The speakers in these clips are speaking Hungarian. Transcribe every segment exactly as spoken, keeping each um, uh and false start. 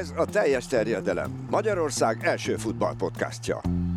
Ez a Teljes terjedelem, Magyarország első futballpodcastja.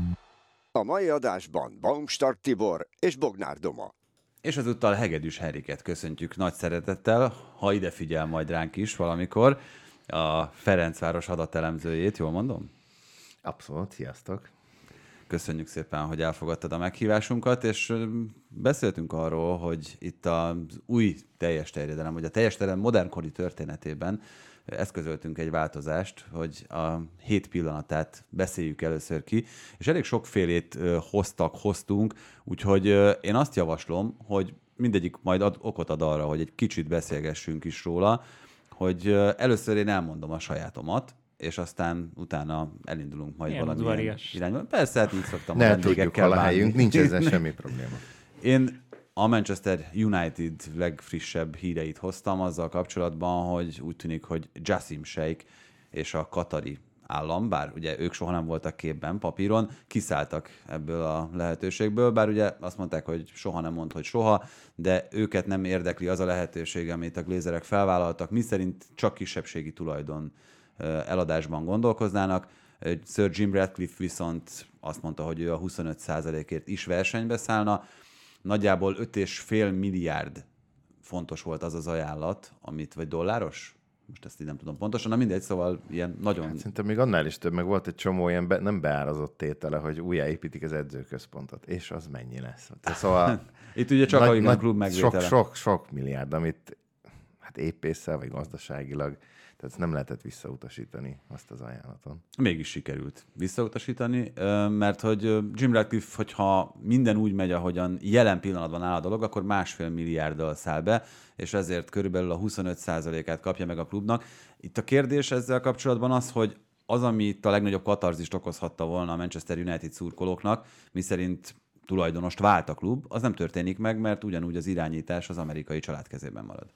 A mai adásban Baumstark Tibor és Bognár Doma. És ezúttal Hegedűs Henriket köszöntjük nagy szeretettel, ha ide figyel majd ránk is valamikor, a Ferencváros adatelemzőjét, jól mondom? Abszolút, sziasztok! Köszönjük szépen, hogy elfogadtad a meghívásunkat, és beszéltünk arról, hogy itt az új teljes terjedelem, vagy a teljes terjedelem modernkori történetében eszközöltünk egy változást, hogy a hét pillanatát beszéljük először ki, és elég sokfélét hoztak, hoztunk, úgyhogy én azt javaslom, hogy mindegyik majd ad, okot ad arra, hogy egy kicsit beszélgessünk is róla, hogy először én elmondom a sajátomat, és aztán utána elindulunk majd milyen valamilyen irányba. Persze, hát így szoktam. Ne tudjuk, hol a helyünk, nincs ezzel semmi probléma. Én a Manchester United legfrissebb híreit hoztam azzal kapcsolatban, hogy úgy tűnik, hogy Jassim Sheikh és a katari állam, bár ugye ők soha nem voltak képben papíron, kiszálltak ebből a lehetőségből, bár ugye azt mondták, hogy soha nem mond, hogy soha, de őket nem érdekli az a lehetőség, amit a Glazerek felvállaltak, miszerint csak kisebbségi tulajdon eladásban gondolkoznának. Sir Jim Ratcliffe viszont azt mondta, hogy ő a huszonöt százalékért is versenybe szállna. Nagyjából öt egész öt milliárd fontos volt az az ajánlat, amit, vagy dolláros? Most ezt így nem tudom pontosan, na mindegy, szóval ilyen nagyon... Hát szerintem még annál is több, meg volt egy csomó ilyen be, nem beárazott tétele, hogy újjáépítik az edzőközpontot, és az mennyi lesz. Szóval itt ugye csak nagy, a nagy, klub megvétele. Sok, sok, sok milliárd, amit hát épésszel, vagy gazdaságilag, tehát nem lehetett visszautasítani azt az ajánlaton. Mégis sikerült visszautasítani, mert hogy Jim Ratcliffe, hogyha minden úgy megy, ahogyan jelen pillanatban áll a dolog, akkor másfél milliárddal száll be, és ezért körülbelül a huszonöt százalékát kapja meg a klubnak. Itt a kérdés ezzel kapcsolatban az, hogy az, ami itt a legnagyobb katarzist okozhatta volna a Manchester United szurkolóknak, miszerint tulajdonost vált a klub, az nem történik meg, mert ugyanúgy az irányítás az amerikai család kezében marad.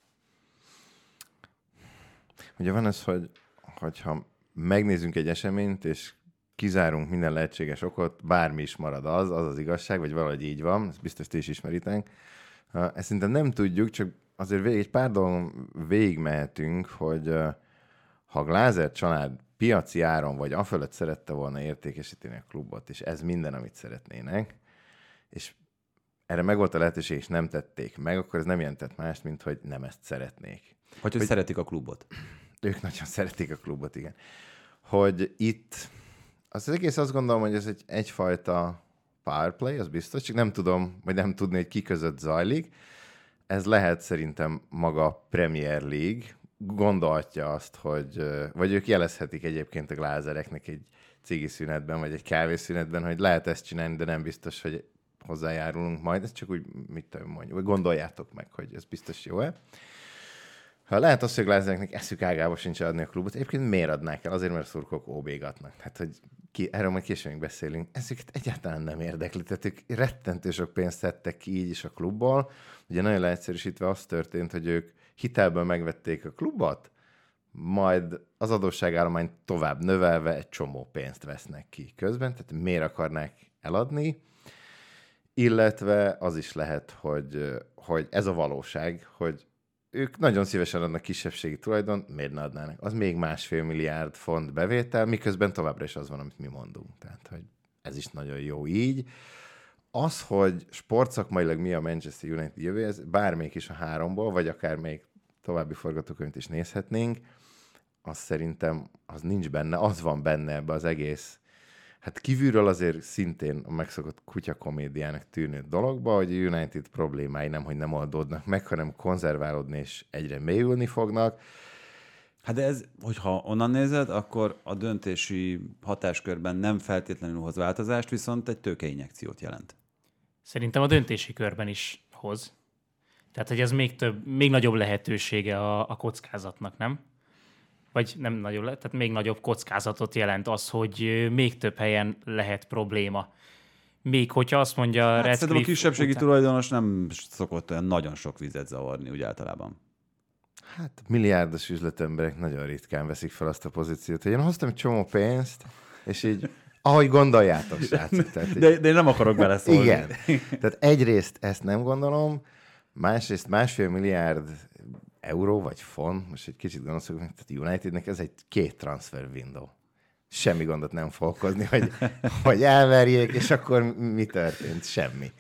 Ugye van ez, hogy hogyha megnézzünk egy eseményt, és kizárunk minden lehetséges okot, bármi is marad az, az az igazság, vagy valahogy így van, ezt biztos ti is ismeritek. Ezt szerintem nem tudjuk, csak azért végig, egy pár dolgon végigmehetünk, hogy ha a Glazer család piaci áron, vagy afölött szerette volna értékesíteni a klubot, és ez minden, amit szeretnének, és erre meg volt a lehetőség, és nem tették meg, akkor ez nem jelentett mást, mint hogy nem ezt szeretnék. Vagy hogy, hogy szeretik a klubot. Ők nagyon szeretik a klubot, igen. Hogy itt, az egész azt gondolom, hogy ez egy, egyfajta power play, az biztos, csak nem tudom, vagy nem tudni, hogy ki között zajlik. Ez lehet szerintem maga Premier League, gondolhatja azt, hogy, vagy ők jelezhetik egyébként a Glazereknek egy cigiszünetben, vagy egy kávészünetben, hogy lehet ezt csinálni, de nem biztos, hogy hozzájárulunk majd. Ez csak úgy, mit tudom mondjuk, vagy gondoljátok meg, hogy ez biztos jó-e. Ha lehet azt, hogy a Glazereknek eszük ágába sincs adni a klubot, egyébként miért adnák el? Azért, mert a szurkolók óbégatnak. Hát, hogy ki, erről majd később még beszélünk. Ezeket egyáltalán nem érdekli. Tehát ők rettentő sok pénzt szedtek ki így is a klubból. Ugye nagyon leegyszerűsítve az történt, hogy ők hitelből megvették a klubot, majd az adósságállományt tovább növelve egy csomó pénzt vesznek ki közben. Tehát miért akarnák eladni? Illetve az is lehet, hogy, hogy ez a valóság, hogy ők nagyon szívesen adnak kisebbségi tulajdon, miért ne adnának? Az még másfél milliárd font bevétel, miközben továbbra is az van, amit mi mondunk. Tehát, hogy ez is nagyon jó így. Az, hogy sportszakmailag mi a Manchester United jövő, ez bármelyik is a háromból, vagy akár még további forgatókönyvet is nézhetnénk, az szerintem az nincs benne, az van benne ebbe az egész. Hát kívülről azért szintén a megszokott kutyakomédiának tűnő dologba, hogy a United problémái nem, hogy nem oldódnak meg, hanem konzerválódni és egyre mélyülni fognak. Hát de ez, hogyha onnan nézed, akkor a döntési hatáskörben nem feltétlenül hoz változást, viszont egy tőkeinjekciót jelent. Szerintem a döntési körben is hoz. Tehát, hogy ez még több, még nagyobb lehetősége a, a kockázatnak, nem? Vagy nem nagyobb, tehát még nagyobb kockázatot jelent az, hogy még több helyen lehet probléma. Még hogyha azt mondja hát Ratcliffe... Szerintem a kisebbségi után... tulajdonos nem szokott olyan nagyon sok vizet zavarni úgy általában. Hát milliárdos üzletemberek nagyon ritkán veszik fel azt a pozíciót, hogy én hoztam egy csomó pénzt, és így, ahogy gondoljátok, srácok. Tehát, de, de én nem akarok beleszólni. Igen. Tehát egyrészt ezt nem gondolom, másrészt másfél milliárd euró vagy font, most egy kicsit gondolszok, tehát Unitednek ez egy két transfer window. Semmi gondot nem fog okozni, hogy, hogy elverjék, és akkor mi történt? Semmi.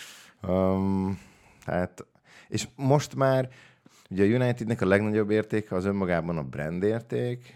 Um, hát, és most már ugye a Unitednek a legnagyobb értéke az önmagában a brand érték,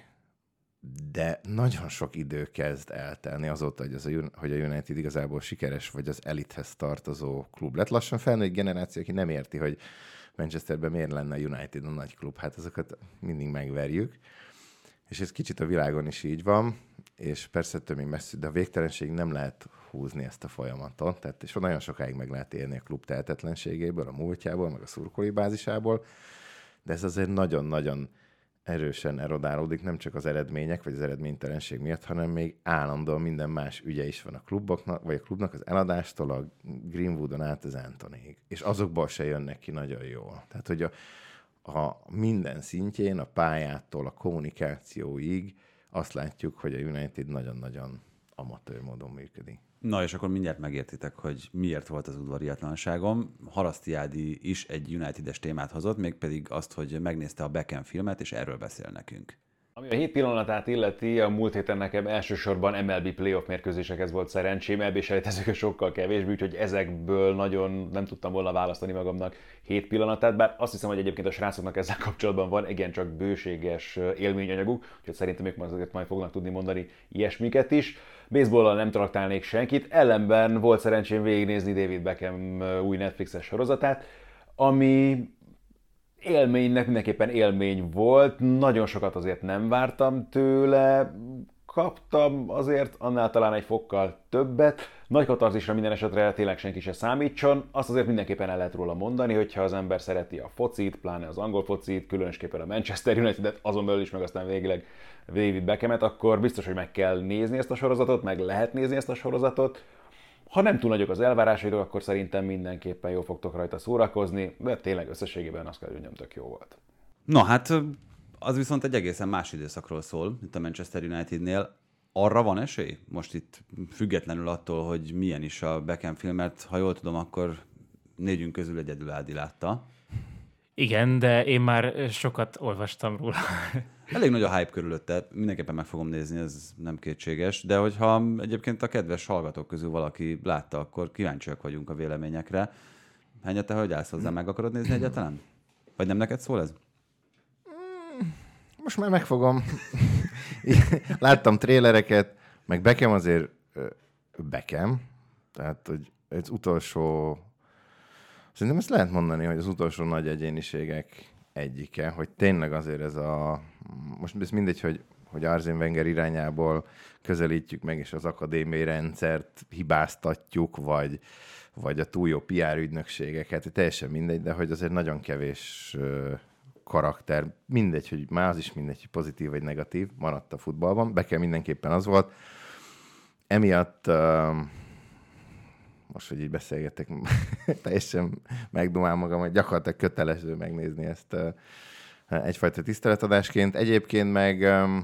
de nagyon sok idő kezd eltelni azóta, hogy, az a, hogy a United igazából sikeres, vagy az elithez tartozó klub lett. Lassan felnőtt generáció, aki nem érti, hogy Manchesterben miért lenne a United a nagy klub. Hát azokat mindig megverjük. És ez kicsit a világon is így van, és persze több még messze, de a végtelenség nem lehet húzni ezt a folyamatot. Tehát, és nagyon sokáig meg lehet élni a klub tehetetlenségéből, a múltjából, meg a szurkolói bázisából, de ez azért nagyon-nagyon erősen erodálódik, nem csak az eredmények, vagy az eredménytelenség miatt, hanem még állandóan minden más ügye is van a kluboknak, vagy a klubnak az eladástól a Greenwoodon át az Antonyig. És azokból se jönnek ki nagyon jól. Tehát, hogy a, a minden szintjén, a pályától a kommunikációig azt látjuk, hogy a United nagyon-nagyon amatőr módon működik. Na, és akkor mindjárt megértitek, hogy miért volt az udvariatlanságom. Haraszti Ádi is egy United-es témát hozott, mégpedig azt, hogy megnézte a Beckham filmet, és erről beszél nekünk. Ami a hét pillanatát illeti, a múlt héten nekem elsősorban em el bé playoff mérkőzésekhez volt szerencsém, em el bé selejtezők sokkal kevésbé, úgyhogy ezekből nagyon nem tudtam volna választani magamnak hét pillanatát, bár azt hiszem, hogy egyébként a srácoknak ezzel kapcsolatban van igencsak bőséges élményanyaguk, úgyhogy szerintem ők azért majd fognak tudni mondani ilyesmiket is. Baseballal nem traktálnék senkit, ellenben volt szerencsém végignézni David Beckham új Netflixes sorozatát, ami élménynek mindenképpen élmény volt, nagyon sokat azért nem vártam tőle, kaptam azért annál talán egy fokkal többet, nagy katarzisra minden esetre tényleg senki se számítson, azt azért mindenképpen el lehet róla mondani, hogyha az ember szereti a focit, pláne az angol focit, különösképpen a Manchester United-et, azon belül is meg aztán végleg David Beckhamet, akkor biztos, hogy meg kell nézni ezt a sorozatot, meg lehet nézni ezt a sorozatot. Ha nem túl nagyok az elvárásaidok, akkor szerintem mindenképpen jól fogtok rajta szórakozni, de tényleg összességében azt kell, hogy tök jó volt. Na hát, az viszont egy egészen más időszakról szól, mint a Manchester Unitednél. Arra van esély? Most itt függetlenül attól, hogy milyen is a Beckham film, mert ha jól tudom, akkor négyünk közül egyedül Ádi látta. Igen, de én már sokat olvastam róla. Elég nagy a hype körülötte, mindenképpen meg fogom nézni, ez nem kétséges, de hogyha egyébként a kedves hallgatók közül valaki látta, akkor kíváncsiak vagyunk a véleményekre. Hányan, te hogy állsz hozzá, meg akarod nézni egyáltalán? Vagy nem neked szól ez? Most már megfogom. Láttam trélereket, meg Beckham azért Beckham, tehát hogy ez utolsó, szerintem ezt lehet mondani, hogy az utolsó nagy egyéniségek egyike, hogy tényleg azért ez a, most ez mindegy, hogy, hogy Arsene Wenger irányából közelítjük meg, és az akadémiai rendszert hibáztatjuk, vagy, vagy a túl jó pé er ügynökségeket, teljesen mindegy, de hogy azért nagyon kevés karakter, mindegy, hogy már az is mindegy, hogy pozitív vagy negatív, maradt a futballban, Beckham mindenképpen az volt. Emiatt most, hogy így beszélgetek, teljesen megdumálom magam, hogy gyakorlatilag kötelező megnézni ezt egyfajta tiszteletadásként. Egyébként meg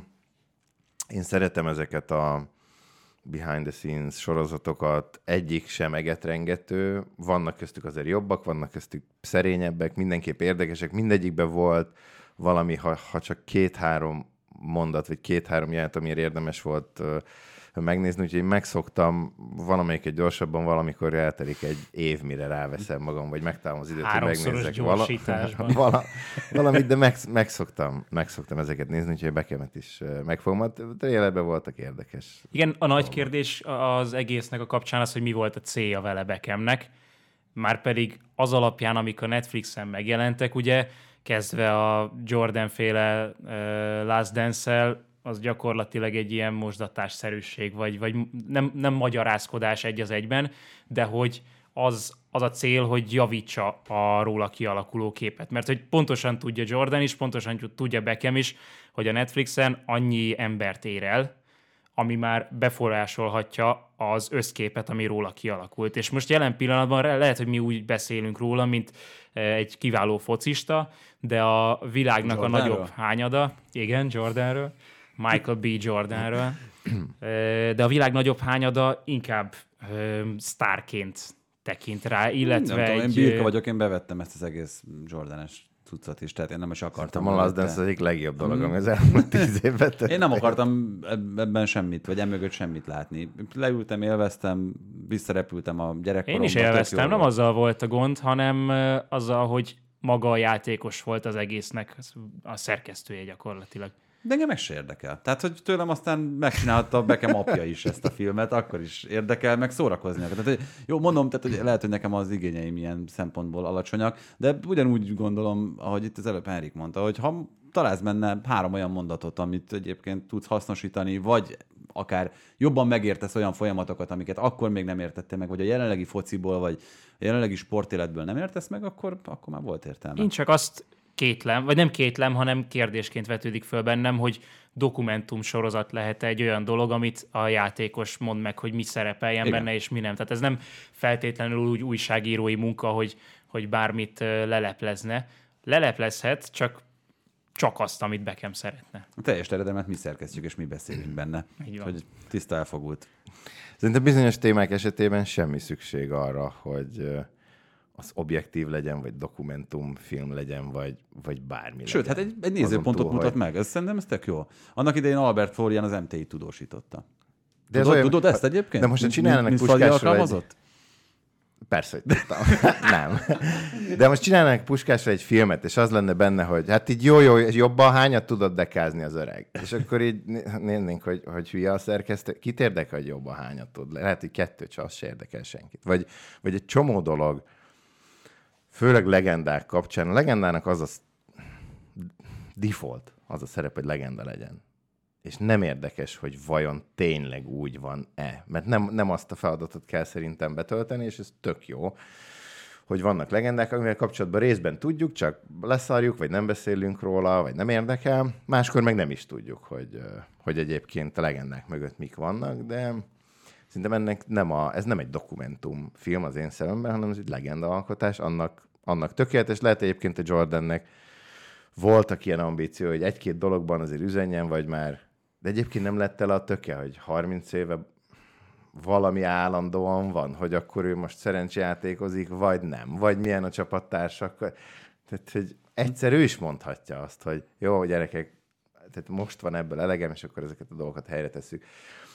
én szeretem ezeket a behind the scenes sorozatokat, egyik sem egetrengető, vannak köztük azért jobbak, vannak köztük szerényebbek, mindenképp érdekesek, mindegyikben volt valami, ha, ha csak két-három mondat, vagy két-három jelet, amire érdemes volt megnézni, úgyhogy megszoktam valamelyiket gyorsabban, valamikor eltelik egy év, mire ráveszem magam, vagy megtalálom az időt, hogy megnézzek vala, vala, valamit, de meg, megszoktam, megszoktam ezeket nézni, úgyhogy Beckhamet is megfogom. A trailerben voltak érdekes. Igen, a nagy kérdés az egésznek a kapcsán az, hogy mi volt a célja vele Beckhamnek, márpedig az alapján, amik a Netflixen megjelentek, ugye, kezdve a Jordan-féle uh, Last Dance-el, az gyakorlatilag egy ilyen mosdatásszerűség, vagy, vagy nem, nem magyarázkodás egy az egyben, de hogy az, az a cél, hogy javítsa a róla kialakuló képet. Mert hogy pontosan tudja Jordan is, pontosan tudja Beckham is, hogy a Netflixen annyi embert ér el, ami már befolyásolhatja az összképet, ami róla kialakult. És most jelen pillanatban lehet, hogy mi úgy beszélünk róla, mint egy kiváló focista, de a világnak Jordanről. A nagyobb hányada, igen, Jordanről, Michael B. Jordanről, de a világ nagyobb hányada inkább sztárként tekint rá, illetve nem egy... Tudom, én birka vagyok, én bevettem ezt az egész Jordan-es cuccot is, tehát én nem is akartam. A Last Dance az egyik legjobb dolog, ami az elmúlt tíz évben tett. Én nem akartam ebben semmit, vagy emögött semmit látni. Leültem, élveztem, visszarepültem a gyerekkoromba. Én is élveztem, nem azzal volt a gond, hanem azzal, hogy maga a játékos volt az egésznek, a szerkesztője gyakorlatilag. De engem meg se érdekel. Tehát, hogy tőlem aztán megcsinálta a Beckham apja is ezt a filmet, akkor is érdekel, meg szórakozni. Tehát, hogy jó, mondom, tehát, hogy lehet, hogy nekem az igényeim ilyen szempontból alacsonyak, de ugyanúgy gondolom, ahogy itt az előbb Henrik mondta, hogy ha találsz benne három olyan mondatot, amit egyébként tudsz hasznosítani, vagy akár jobban megértesz olyan folyamatokat, amiket akkor még nem értettél meg, vagy a jelenlegi fociból, vagy a jelenlegi sportéletből nem értesz meg, akkor, akkor már volt értelme. Én csak azt kétlem, vagy nem kétlem, hanem kérdésként vetődik föl bennem, hogy dokumentum sorozat lehet egy olyan dolog, amit a játékos mond meg, hogy mi szerepeljen Igen. benne, és mi nem. Tehát ez nem feltétlenül úgy újságírói munka, hogy, hogy bármit leleplezne. Leleplezhet, csak csak azt, amit Beckham szeretne. A teljes terjedelmet mi szerkesztjük, és mi beszélünk benne. Hogy tiszta elfogult. Szerintem bizonyos témák esetében semmi szükség arra, hogy az objektív legyen, vagy dokumentumfilm legyen, vagy, vagy bármi Sőt, legyen. hát egy, egy nézőpontot túl, mutat hogy... meg. Ez szerintem ez tök jó. Annak idején Albert Florian az em té i tudósította. De tudod, olyan... tudod ezt egyébként? De most, ha csinálnának Puskásról egy... Persze, hogy tudtam. Nem. De most csinálnak Puskásra egy filmet, és az lenne benne, hogy hát így jó-jó, jobban hányat tudod dekázni az öreg. És akkor így néznénk, hogy, hogy hülye a szerkesztő. Kit érdekel, hogy jobban hányat tud? Lehet, hogy kettő, csak az se érdekel senkit. Vagy, vagy egy csomó dolog, főleg legendák kapcsán. A legendának az a default, az a szerep, hogy legenda legyen. És nem érdekes, hogy vajon tényleg úgy van-e. Mert nem, nem azt a feladatot kell szerintem betölteni, és ez tök jó, hogy vannak legendák, amivel kapcsolatban részben tudjuk, csak leszarjuk, vagy nem beszélünk róla, vagy nem érdekel. Máskor meg nem is tudjuk, hogy, hogy egyébként a legendák mögött mik vannak, de szerintem ennek nem a, ez nem egy dokumentumfilm az én szememben, hanem ez egy legendaalkotás, annak, annak tökéletes. Lehet egyébként a Jordannek voltak ilyen ambíció, hogy egy-két dologban azért üzenjen, vagy már, de egyébként nem lett el a töke, hogy harminc éve valami állandóan van, hogy akkor ő most szerencsejátékozik, vagy nem, vagy milyen a csapattársak. Tehát, hogy egyszer ő is mondhatja azt, hogy jó, gyerekek, tehát most van ebből elegem, és akkor ezeket a dolgokat helyre tesszük.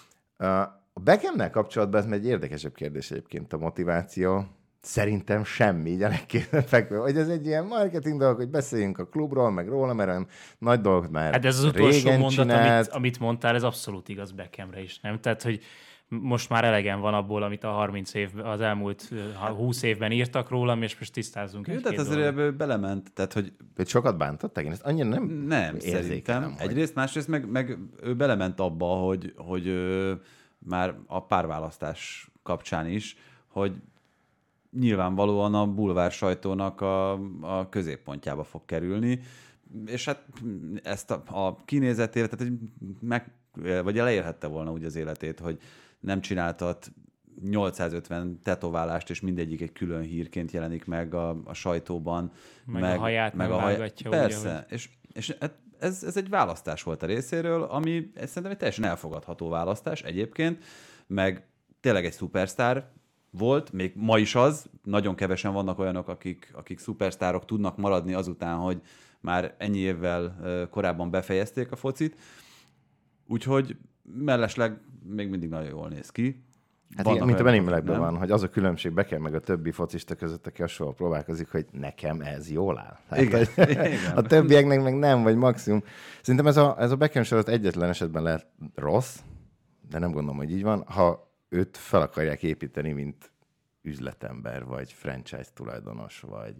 A Beckham-nel kapcsolatban ez egy érdekesebb kérdés egyébként, a motiváció. Szerintem semmi, így elég fekvő. Hogy ez egy ilyen marketing dolog, hogy beszéljünk a klubról, meg róla, mert nagy dolgot már hát ez az utolsó mondat, csinált. amit, amit mondtál, ez abszolút igaz Beckhamre is, nem? Tehát, hogy most már elegen van abból, amit a harminc év, az elmúlt húsz évben írtak rólam, és most tisztázzunk egy-két Tehát azért belement, tehát, hogy... Hogy sokat bántották? Én ezt annyira nem Nem, szerintem. Hogy... Egyrészt, másrészt meg, meg ő belement abba, hogy, hogy ő, már a párválasztás kapcsán is, hogy nyilvánvalóan a bulvár sajtónak a, a középpontjába fog kerülni, és hát ezt a, a kinézetét, tehát meg, vagy leélhette volna úgy az életét, hogy nem csináltat nyolcszázötven tetoválást, és mindegyik egy külön hírként jelenik meg a, a sajtóban. Meg, meg a haját meg a vágatja. Persze, ugye, és, és ez, ez egy választás volt a részéről, ami szerintem egy teljesen elfogadható választás egyébként, meg tényleg egy szupersztár volt, még ma is az, nagyon kevesen vannak olyanok, akik, akik szupersztárok tudnak maradni azután, hogy már ennyi évvel korábban befejezték a focit. Úgyhogy mellesleg még mindig nagyon jól néz ki. Hát igen, mint a Ben in Blackben van, hogy az a különbség Beckham meg a többi focista között, aki hasonlóan próbálkozik, hogy nekem ez jól áll. Hát, igen, hogy igen. A többieknek meg nem, vagy maximum. Szerintem ez a, ez a Beckham sorozat egyetlen esetben lehet rossz, de nem gondolom, hogy így van. Ha őt fel akarják építeni, mint üzletember, vagy franchise tulajdonos, vagy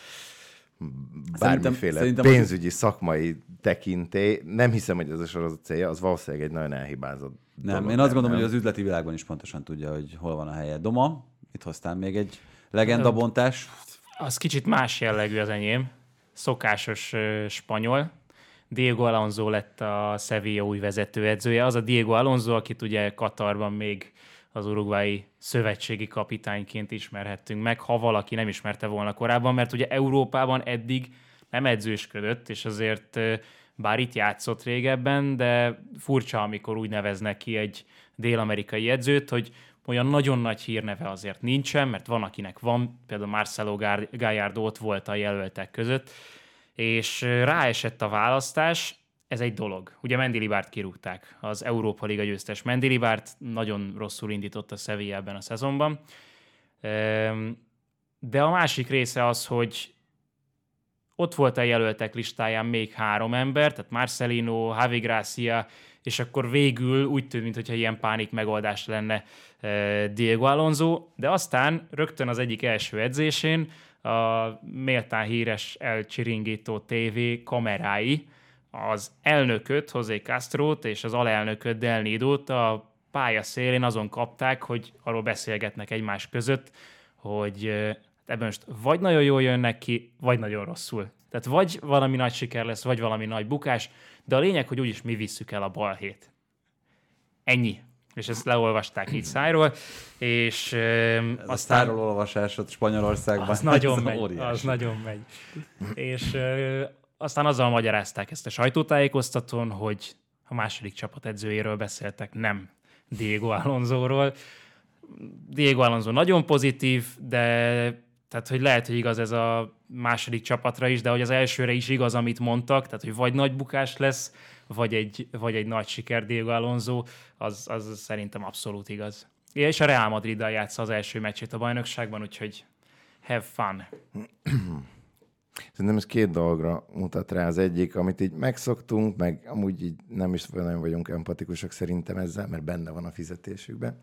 bármiféle szerintem, pénzügyi, az... szakmai tekintély. Nem hiszem, hogy ez a sorozat célja, az valószínűleg egy nagyon elhibázott Nem, dolog, én azt gondolom, nem. hogy az üzleti világban is pontosan tudja, hogy hol van a helye. Doma, itt hoztál még egy legendabontás. Az kicsit más jellegű az enyém. Szokásos uh, spanyol. Diego Alonso lett a Sevilla új vezetőedzője. Az a Diego Alonso, akit ugye Katarban még az uruguayi szövetségi kapitányként ismerhettünk meg, ha valaki nem ismerte volna korábban, mert ugye Európában eddig nem edzősködött, és azért bár itt játszott régebben, de furcsa, amikor úgy neveznek ki egy dél-amerikai edzőt, hogy olyan nagyon nagy hírneve azért nincsen, mert van, akinek van, például Marcelo Gallardo ott volt a jelöltek között, és ráesett a választás, ez egy dolog. Ugye Mendilibárt kirúgták, az Európa Liga győztes Mendilibárt, nagyon rosszul indított a Sevilla ebben a szezonban. De a másik része az, hogy ott volt a jelöltek listáján még három ember, tehát Marcelino, Javi Gracia, és akkor végül úgy tűnt, mintha ilyen pánik megoldás lenne Diego Alonso, de aztán rögtön az egyik első edzésén a méltán híres El Chiringuito té vé kamerái az elnököt, José Castrót és az alelnököt, Del Nidót a pálya szélén azon kapták, hogy arról beszélgetnek egymás között, hogy ebben most vagy nagyon jól jönnek ki, vagy nagyon rosszul. Tehát vagy valami nagy siker lesz, vagy valami nagy bukás, de a lényeg, hogy úgyis mi visszük el a balhét. Ennyi. És ezt leolvasták így szájról, és Ez aztán... a sztáról olvasásod Spanyolországban. Az nagyon megy, óriási. az nagyon megy. És ö, aztán azzal magyarázták ezt a sajtótájékoztatón, hogy a második csapat edzőjéről beszéltek, nem Diego Alonsóról. Diego Alonso nagyon pozitív, de tehát, hogy lehet, hogy igaz ez a második csapatra is, de hogy az elsőre is igaz, amit mondtak, tehát, hogy vagy nagy bukás lesz, vagy egy, vagy egy nagy siker Diego Alonso, az, az szerintem abszolút igaz. És a Real Madriddal játsza az első meccsét a bajnokságban, úgyhogy have fun. Szerintem ez két dologra mutat rá. Az egyik, amit így megszoktunk, meg amúgy így nem is nagyon vagyunk empatikusak szerintem ezzel, mert benne van a fizetésükben.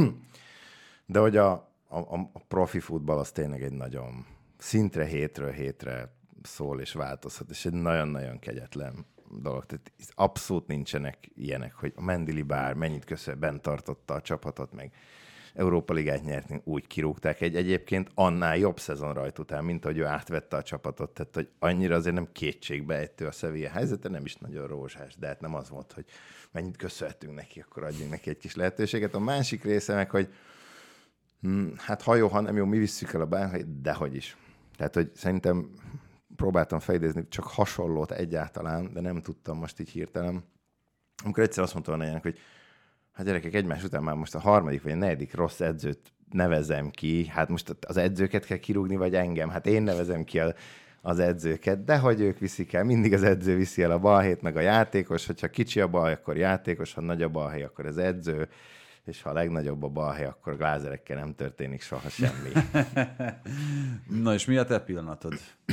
De hogy a, a, a profi futball az tényleg egy nagyon szintre, hétről hétre szól és változhat, és egy nagyon-nagyon kegyetlen dolog. Tehát abszolút nincsenek ilyenek, hogy a Mendilibár mennyit köszön, bent tartotta a csapatot, meg Európa Ligát nyertünk, úgy kirúgták egy egyébként annál jobb szezon rajt után, mint ahogy ő átvette a csapatot. Tehát, hogy annyira azért nem kétségbeejtő a Sevilla helyzete, nem is nagyon rózsás, de hát nem az volt, hogy mennyit köszönhetünk neki, akkor adjunk neki egy kis lehetőséget. A másik része meg, hogy hm, hát ha jó, ha nem jó, mi visszük el a bánhelyt, dehogy is. Tehát, hogy szerintem próbáltam felidézni csak hasonlót egyáltalán, de nem tudtam most így hirtelen. Amikor egyszer azt mondtam volna, hogy hát gyerekek, egymás után már most a harmadik vagy a negyedik rossz edzőt nevezem ki, hát most az edzőket kell kirúgni, vagy engem? Hát én nevezem ki a, az edzőket, de hogy ők viszik el, mindig az edző viszi el a balhét, meg a játékos, hogyha kicsi a balhely, akkor játékos, ha nagy a balhely, akkor az edző, és ha a legnagyobb a balhely, akkor glázerekkel nem történik soha semmi. Na és mi a te pillanatod?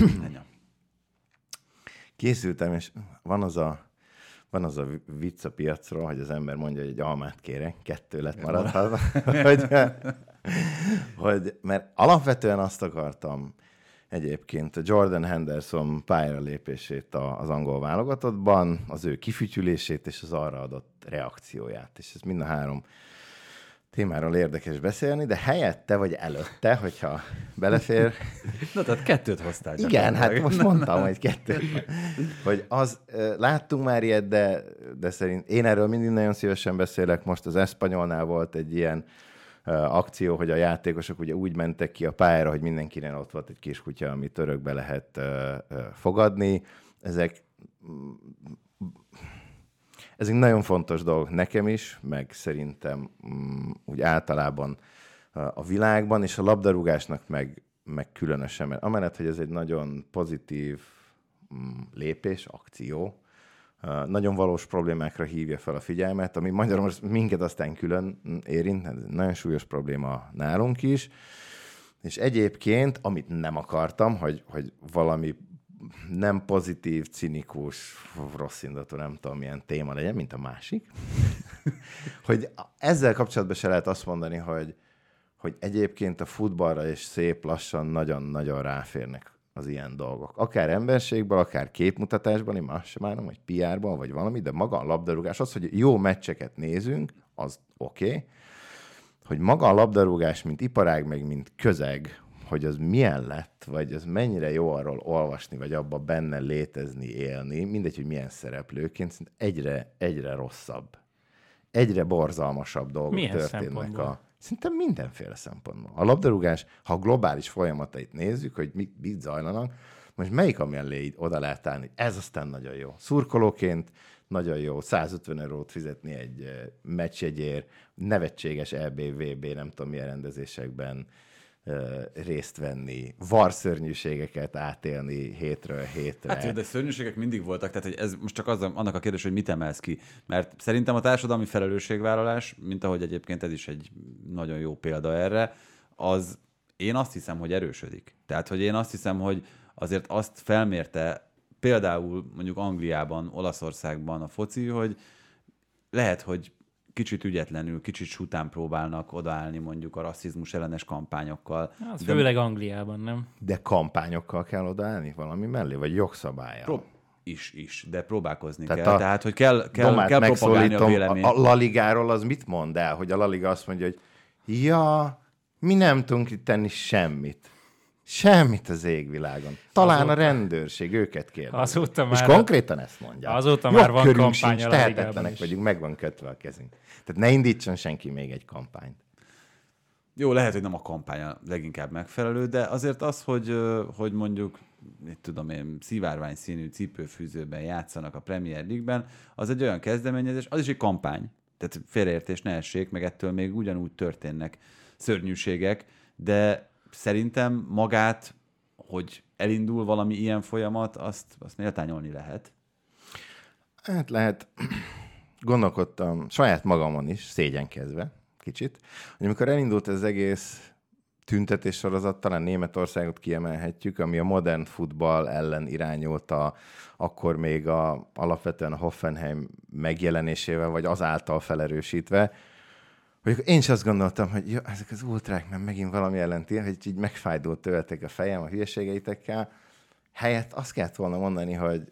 Készültem, és van az a Van az a vicc a piacról, hogy az ember mondja, hogy egy almát kérek, kettő lett maradhat. hogy, hogy, mert alapvetően azt akartam egyébként a Jordan Henderson pályára lépését az angol válogatottban, az ő kifütyülését és az arra adott reakcióját. És ez mind a három témáról érdekes beszélni, de helyette vagy előtte, hogyha belefér. Na, tehát kettőt hoztál. Igen, hát most mondtam, hogy kettőt. Hogy az, láttunk már ilyet, de, de szerint én erről mindig nagyon szívesen beszélek. Most az Espanyolnál volt egy ilyen uh, akció, hogy a játékosok ugye úgy mentek ki a pályára, hogy mindenkinek ott volt egy kis kutya, amit örökbe lehet uh, uh, fogadni. Ezek Ezek nagyon fontos dolgok nekem is, meg szerintem um, úgy általában uh, a világban, és a labdarúgásnak meg, meg különösen, mert amellett, hogy ez egy nagyon pozitív um, lépés, akció, uh, nagyon valós problémákra hívja fel a figyelmet, ami Magyarországon minket aztán külön érint, ez nagyon súlyos probléma nálunk is, és egyébként, amit nem akartam, hogy, hogy valami nem pozitív, cinikus, rossz indulatú, nem tudom, milyen téma legyen, mint a másik. Hogy ezzel kapcsolatban se lehet azt mondani, hogy, hogy egyébként a futballra is szép lassan nagyon-nagyon ráférnek az ilyen dolgok. Akár emberségből, akár képmutatásban, én más sem állom, vagy pé er-ban, vagy valami, de maga a labdarúgás, az, hogy jó meccseket nézünk, az oké. Okay. Hogy maga a labdarúgás, mint iparág, meg mint közeg, hogy az milyen lett, vagy az mennyire jó arról olvasni, vagy abban benne létezni, élni, mindegy, hogy milyen szereplőként, egyre, egyre rosszabb. Egyre borzalmasabb dolgok milyen történnek. A, szerintem mindenféle szempontból. A labdarúgás, ha a globális folyamatait nézzük, hogy mit, mit zajlanak, most melyik amellé oda lehet állni? Ez aztán nagyon jó. Szurkolóként nagyon jó, százötven eurót fizetni egy meccsjegyért, nevetséges é bé vé bé, nem tudom milyen rendezésekben, részt venni, varszörnyűségeket átélni hétről hétre. Hát jó, de szörnyűségek mindig voltak, tehát hogy ez most csak az, annak a kérdés, hogy mit emelsz ki. Mert szerintem a társadalmi felelősségvállalás, mint ahogy egyébként ez is egy nagyon jó példa erre, az én azt hiszem, hogy erősödik. Tehát, hogy én azt hiszem, hogy azért azt felmérte például mondjuk Angliában, Olaszországban a foci, hogy lehet, hogy kicsit ügyetlenül, kicsit sután próbálnak odaállni mondjuk a rasszizmus ellenes kampányokkal. Az de... főleg Angliában, nem? De kampányokkal kell odaállni valami mellé, vagy jogszabálya? Prób- is, is, de próbálkozni Tehát kell. a Tehát, hogy kell, kell, kell propagálni a véleményt. A, a La Ligáról az mit mond el, hogy a La Liga azt mondja, hogy ja, mi nem tudunk itt tenni semmit. Semmit az égvilágon. Talán azóta, a rendőrség őket kérdezi. Azóta és már, konkrétan ezt mondja. Azóta már van kampány sincs, a tehetetlenek vagyunk, meg van kötve a kezünk. Tehát ne indítson senki még egy kampányt. Jó, lehet, hogy nem a kampány a leginkább megfelelő, de azért az, hogy, hogy mondjuk, mit tudom én, szivárvány színű cipőfűzőben játszanak a Premier League-ben, az egy olyan kezdeményezés, az is egy kampány. Tehát félreértés ne essék, meg ettől még ugyanúgy történnek szörnyűségek, de szerintem magát, hogy elindul valami ilyen folyamat, azt, azt méltányolni lehet. Hát lehet. Gondolkodtam saját magamon is, szégyenkezve kicsit, hogy amikor elindult ez az egész tüntetés sorozat, talán Németországot kiemelhetjük, ami a modern futball ellen irányulta, akkor még a, alapvetően a Hoffenheim megjelenésével, vagy azáltal felerősítve, hogy én is azt gondoltam, hogy jó, ezek az ultrák, mert megint valami ellenti, hogy így megfájdult tőletek a fejem a hülyeségeitekkel. Helyett azt kellett volna mondani, hogy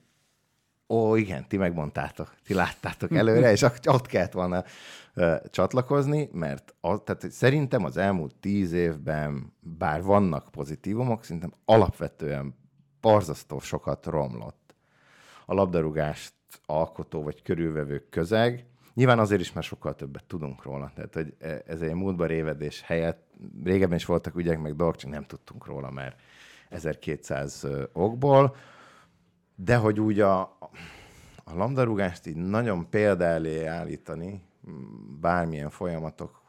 ó, igen, ti megmondtátok, ti láttátok előre, és ott kellett volna uh, csatlakozni, mert az, tehát szerintem az elmúlt tíz évben, bár vannak pozitívumok, szerintem alapvetően borzasztó sokat romlott a labdarúgást alkotó vagy körülvevő közeg. Nyilván azért is, mert sokkal többet tudunk róla. Tehát, hogy ez egy múltban révedés helyett, régebben is voltak ügyek, meg dolgok, csak nem tudtunk róla, mert ezerkétszáz okból. De hogy úgy a, a labdarúgást így nagyon példa elé állítani bármilyen folyamatok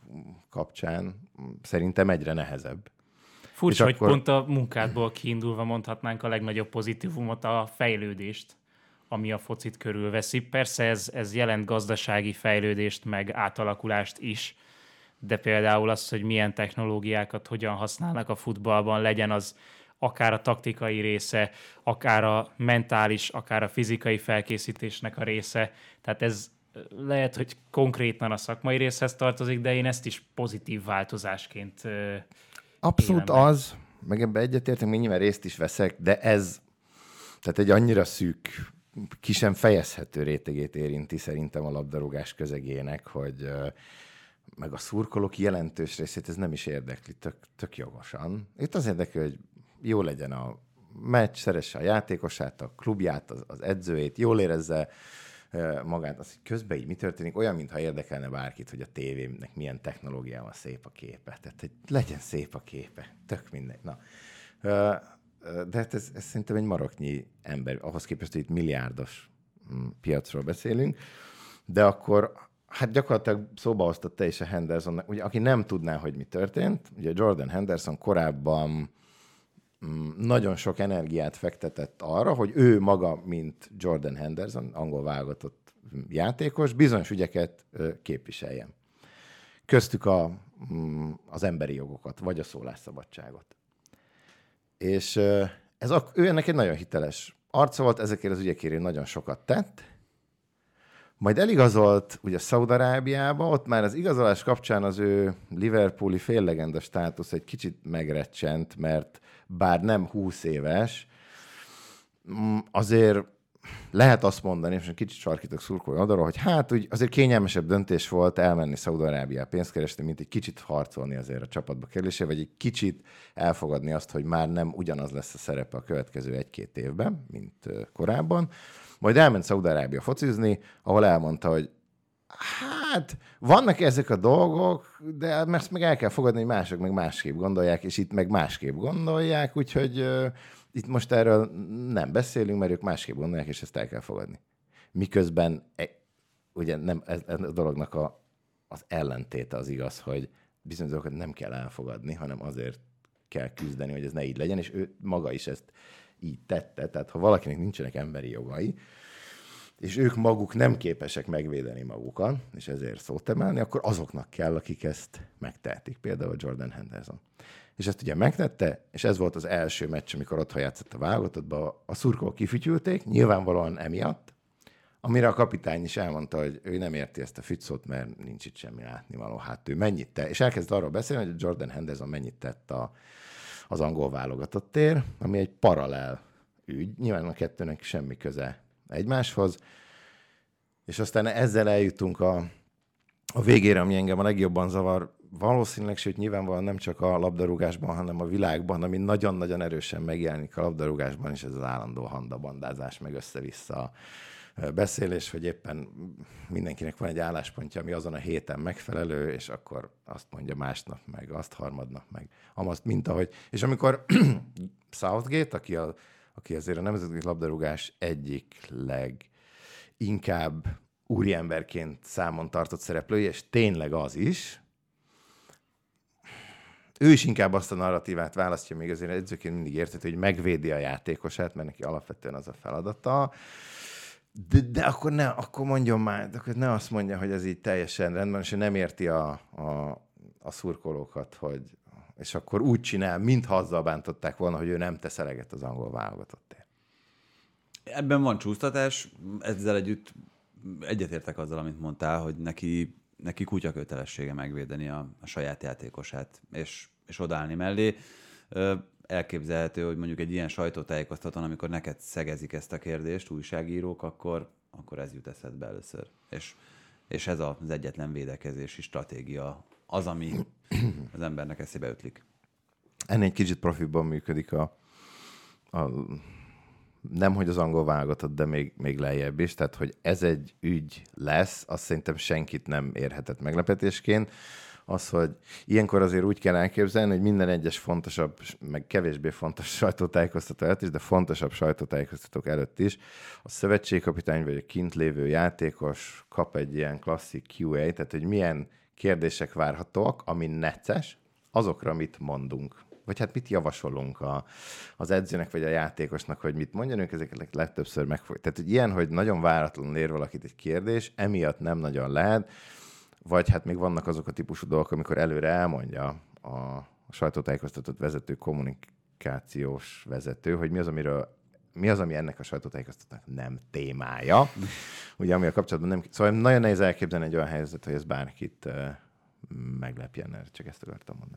kapcsán szerintem egyre nehezebb. Furcsa, hogy akkor... pont a munkádból kiindulva mondhatnánk a legnagyobb pozitívumot, a fejlődést, ami a focit körülveszi. Persze ez, ez jelent gazdasági fejlődést, meg átalakulást is, de például az, hogy milyen technológiákat hogyan használnak a futballban, legyen az akár a taktikai része, akár a mentális, akár a fizikai felkészítésnek a része. Tehát ez lehet, hogy konkrétan a szakmai részhez tartozik, de én ezt is pozitív változásként abszolút az, meg ebbe egyetértek, még nyilván részt is veszek, de ez tehát egy annyira szűk, ki sem fejezhető rétegét érinti szerintem a labdarúgás közegének, hogy meg a szurkolók jelentős részét ez nem is érdekli, tök, tök jogosan. Itt az érdekli, hogy jó legyen a meccs, szeresse a játékosát, a klubját, az, az edzőjét, jól érezze magát. Az, hogy közben így mi történik, olyan, mintha érdekelne bárkit, hogy a tévének milyen technológiával szép a képe. Tehát, hogy legyen szép a képe. Tök mindegy. Na. De hát ez, ez szerintem egy maroknyi ember, ahhoz képest, hogy itt milliárdos piacról beszélünk. De akkor hát gyakorlatilag szóba hoztad te is a Hendersonnak, ugye, aki nem tudná, hogy mi történt. Ugye Jordan Henderson korábban nagyon sok energiát fektetett arra, hogy ő maga, mint Jordan Henderson, angol válogatott játékos, bizonyos ügyeket képviseljen. Köztük a, az emberi jogokat, vagy a szólásszabadságot. És ez a, ő ennek egy nagyon hiteles arca volt, ezekért az ügyekért nagyon sokat tett, majd eligazolt ugye Szaúd-Arábiába, ott már az igazolás kapcsán az ő liverpooli féllegenda státusz egy kicsit megrecsent, mert bár nem húsz éves, azért lehet azt mondani, és kicsit sarkítok szurkolni oldalról, hogy hát úgy azért kényelmesebb döntés volt elmenni Szaúd-Arábiába pénzt keresni, mint egy kicsit harcolni azért a csapatba kerülésére, vagy egy kicsit elfogadni azt, hogy már nem ugyanaz lesz a szerepe a következő egy-két évben, mint korábban. Majd elment Szaúd-Arábia focizni, ahol elmondta, hogy hát vannak ezek a dolgok, de ezt meg el kell fogadni, hogy mások meg másképp gondolják, és itt meg másképp gondolják, úgyhogy uh, itt most erről nem beszélünk, mert ők másképp gondolják, és ezt el kell fogadni. Miközben e, ugye nem ez, ez a dolognak a, az ellentéte az igaz, hogy bizonyos dolgokat nem kell elfogadni, hanem azért kell küzdeni, hogy ez ne így legyen, és ő maga is ezt így tette. Tehát ha valakinek nincsenek emberi jogai, és ők maguk nem képesek megvédeni magukat, és ezért szót emelni, akkor azoknak kell, akik ezt megtehetik. Például Jordan Henderson. És ezt ugye megtette, és ez volt az első meccs, amikor otthon játszott a válogatottban. A szurkolók kifütyülték, nyilvánvalóan emiatt, amire a kapitány is elmondta, hogy ő nem érti ezt a fügyszót, mert nincs itt semmi látnivaló. Hát ő mennyit tett, és elkezd arról beszélni, hogy Jordan Henderson mennyit tett a, az angol válogatottért, ami egy paralel ügy. Nyilván a kettőnek semmi köze egymáshoz, és aztán ezzel eljutunk a, a végére, ami engem a legjobban zavar, valószínűleg, sőt nyilvánvalóan nem csak a labdarúgásban, hanem a világban, ami nagyon-nagyon erősen megjelenik a labdarúgásban is, ez az állandó handabandázás, meg össze-vissza beszélés, hogy éppen mindenkinek van egy álláspontja, ami azon a héten megfelelő, és akkor azt mondja másnap meg, azt harmadnap meg, amazt, mint ahogy. És amikor Southgate, aki, a, aki azért a nemzetközi labdarúgás egyik leginkább úriemberként számon tartott szereplője, és tényleg az is, ő is inkább azt a narratívát választja, még azért edzőként mindig érthető, hogy megvédi a játékosát, mert neki alapvetően az a feladata. De, de akkor, ne, akkor mondjon már, de akkor ne azt mondja, hogy ez így teljesen rendben, és ő nem érti a, a, a szurkolókat, hogy, és akkor úgy csinál, mintha azzal bántották volna, hogy ő nem tesz eleget az angol válogatottért. Ebben van csúsztatás, ezzel együtt egyetértek azzal, amit mondtál, hogy neki, neki kutya kötelessége megvédeni a, a saját játékosát, és, és odállni mellé. Elképzelhető, hogy mondjuk egy ilyen sajtótájékoztatón, amikor neked szegezik ezt a kérdést, újságírók, akkor, akkor ez jut eszedbe először. És, és ez az egyetlen védekezési stratégia az, ami az embernek eszébe ütlik. Ennél egy kicsit profibban működik a, a nem, hogy az angol válogatott, de még, még lejjebb is. Tehát, hogy ez egy ügy lesz, azt szerintem senkit nem érhetett meglepetésként. Az, hogy ilyenkor azért úgy kell elképzelni, hogy minden egyes fontosabb, meg kevésbé fontos sajtótájékoztató előtt is, de fontosabb sajtótájékoztatók előtt is, a szövetségkapitány vagy a kint lévő játékos kap egy ilyen klasszik Q A, tehát hogy milyen kérdések várhatóak, ami necces, azokra mit mondunk. Vagy hát mit javasolunk a, az edzőnek, vagy a játékosnak, hogy mit mondjanunk, ezeket legtöbbször megfog. Tehát hogy ilyen, hogy nagyon váratlanul ér valakit egy kérdés, emiatt nem nagyon lehet, vagy hát még vannak azok a típusú dolgok, amikor előre elmondja a sajtótájékoztatott vezető, kommunikációs vezető, hogy mi az, amiről, mi az, ami ennek a sajtótájékoztatónak nem témája. Ugye, ami a kapcsolatban nem... Szóval nagyon nehéz elképzelni egy olyan helyzet, hogy ez bárkit uh, meglepjen, csak ezt akartam mondani.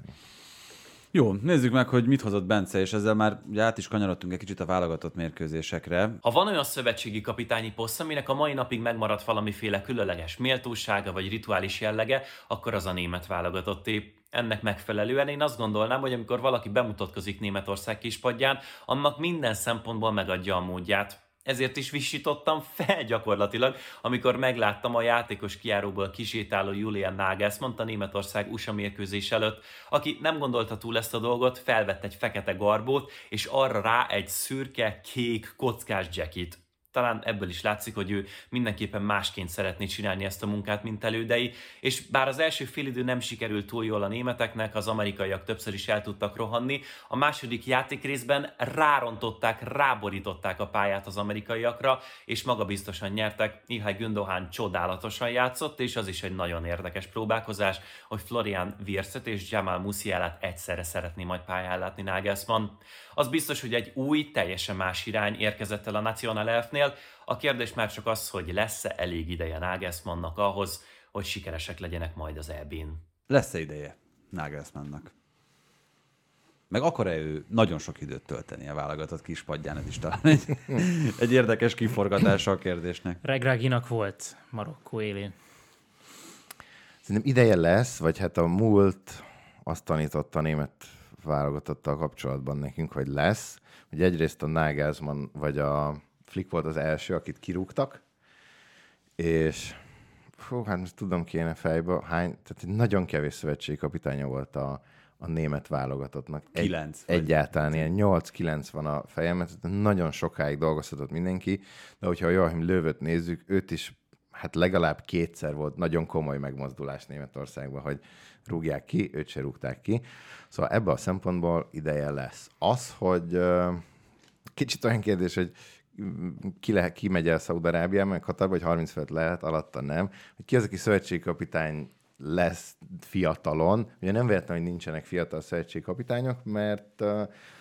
Jó, nézzük meg, hogy mit hozott Bence, és ezzel már ugye át is kanyarodtunk egy kicsit a válogatott mérkőzésekre. Ha van olyan szövetségi kapitányi poszt, aminek a mai napig megmaradt valamiféle különleges méltósága vagy rituális jellege, akkor az a német válogatotté. Ennek megfelelően én azt gondolnám, hogy amikor valaki bemutatkozik Németország kispadján, annak minden szempontból megadja a módját. Ezért is visítottam fel gyakorlatilag, amikor megláttam a játékos kijáróból kisétáló Julian Nagelsmann a Németország u es á mérkőzés előtt, aki nem gondolta túl ezt a dolgot, felvett egy fekete garbót, és arra rá egy szürke, kék, kockás jacket. Talán ebből is látszik, hogy ő mindenképpen másként szeretné csinálni ezt a munkát, mint elődei, és bár az első félidő nem sikerült túl jól a németeknek, az amerikaiak többször is el tudtak rohanni, a második játékrészben rárontották, ráborították a pályát az amerikaiakra, és magabiztosan nyertek. Ilkay Gündoğan csodálatosan játszott, és az is egy nagyon érdekes próbálkozás, hogy Florian Wirtzt és Jamal Musialát egyszerre szeretné majd pályán látni Nagelsmann. Az biztos, hogy egy új, teljesen más irány érkezett el a National Elfnél. A kérdés már csak az, hogy lesz-e elég ideje Nagelsmannnak ahhoz, hogy sikeresek legyenek majd az é bén. Lesz-e ideje Nagelsmannnak? Meg akar-e ő nagyon sok időt tölteni a válogatott kispadján? Ez is talán egy, egy érdekes kiforgatása a kérdésnek. Regraginak volt Marokkó élén. Szerintem ideje lesz, vagy hát a múlt azt tanította a német válogatottal kapcsolatban nekünk, hogy lesz, hogy egyrészt a Nagelsmann vagy a Flick volt az első, akit kirúgtak, és fú, hát most tudom kéne fejbe, hány, tehát nagyon kevés szövetségi kapitánya volt a, a német válogatottnak. Egy, Kilenc. Egyáltalán ilyen nyolc-kilenc van a fejemben, tehát nagyon sokáig dolgozhatott mindenki, de hogyha a Joachim Löwet nézzük, őt is hát legalább kétszer volt nagyon komoly megmozdulás Németországban, hogy rúgják ki, őt se rúgták ki. Szóval ebben a szempontból ideje lesz. Az, hogy kicsit olyan kérdés, hogy ki, lehet, ki megy el Szaúd-Arábiában, meg Katarba, hogy harminc felett lehet, alatta nem. Hogy ki az, aki szövetségkapitány lesz fiatalon. Ugye nem véletlen, hogy nincsenek fiatal szövetségkapitányok, mert uh,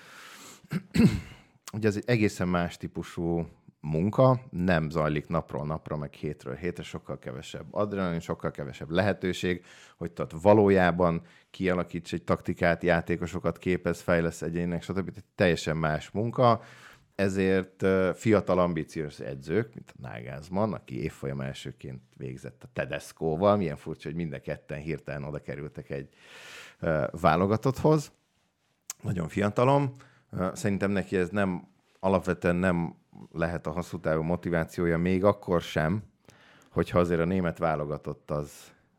ugye ez egy egészen más típusú munka, nem zajlik napról napra, meg hétről hétre, sokkal kevesebb adrenalin, sokkal kevesebb lehetőség, hogy tehát valójában kialakíts egy taktikát, játékosokat képez, fejlesz egyének, stb. Teljesen más munka, ezért uh, fiatal, ambíciós edzők, mint a Nagelsmann, aki évfolyam elsőként végzett a Tedescoval, milyen furcsa, hogy mind a ketten hirtelen oda kerültek egy uh, válogatotthoz. Nagyon fiatalom. Uh, szerintem neki ez nem, alapvetően nem lehet a hosszú távú motivációja, még akkor sem, hogyha azért a német válogatott az,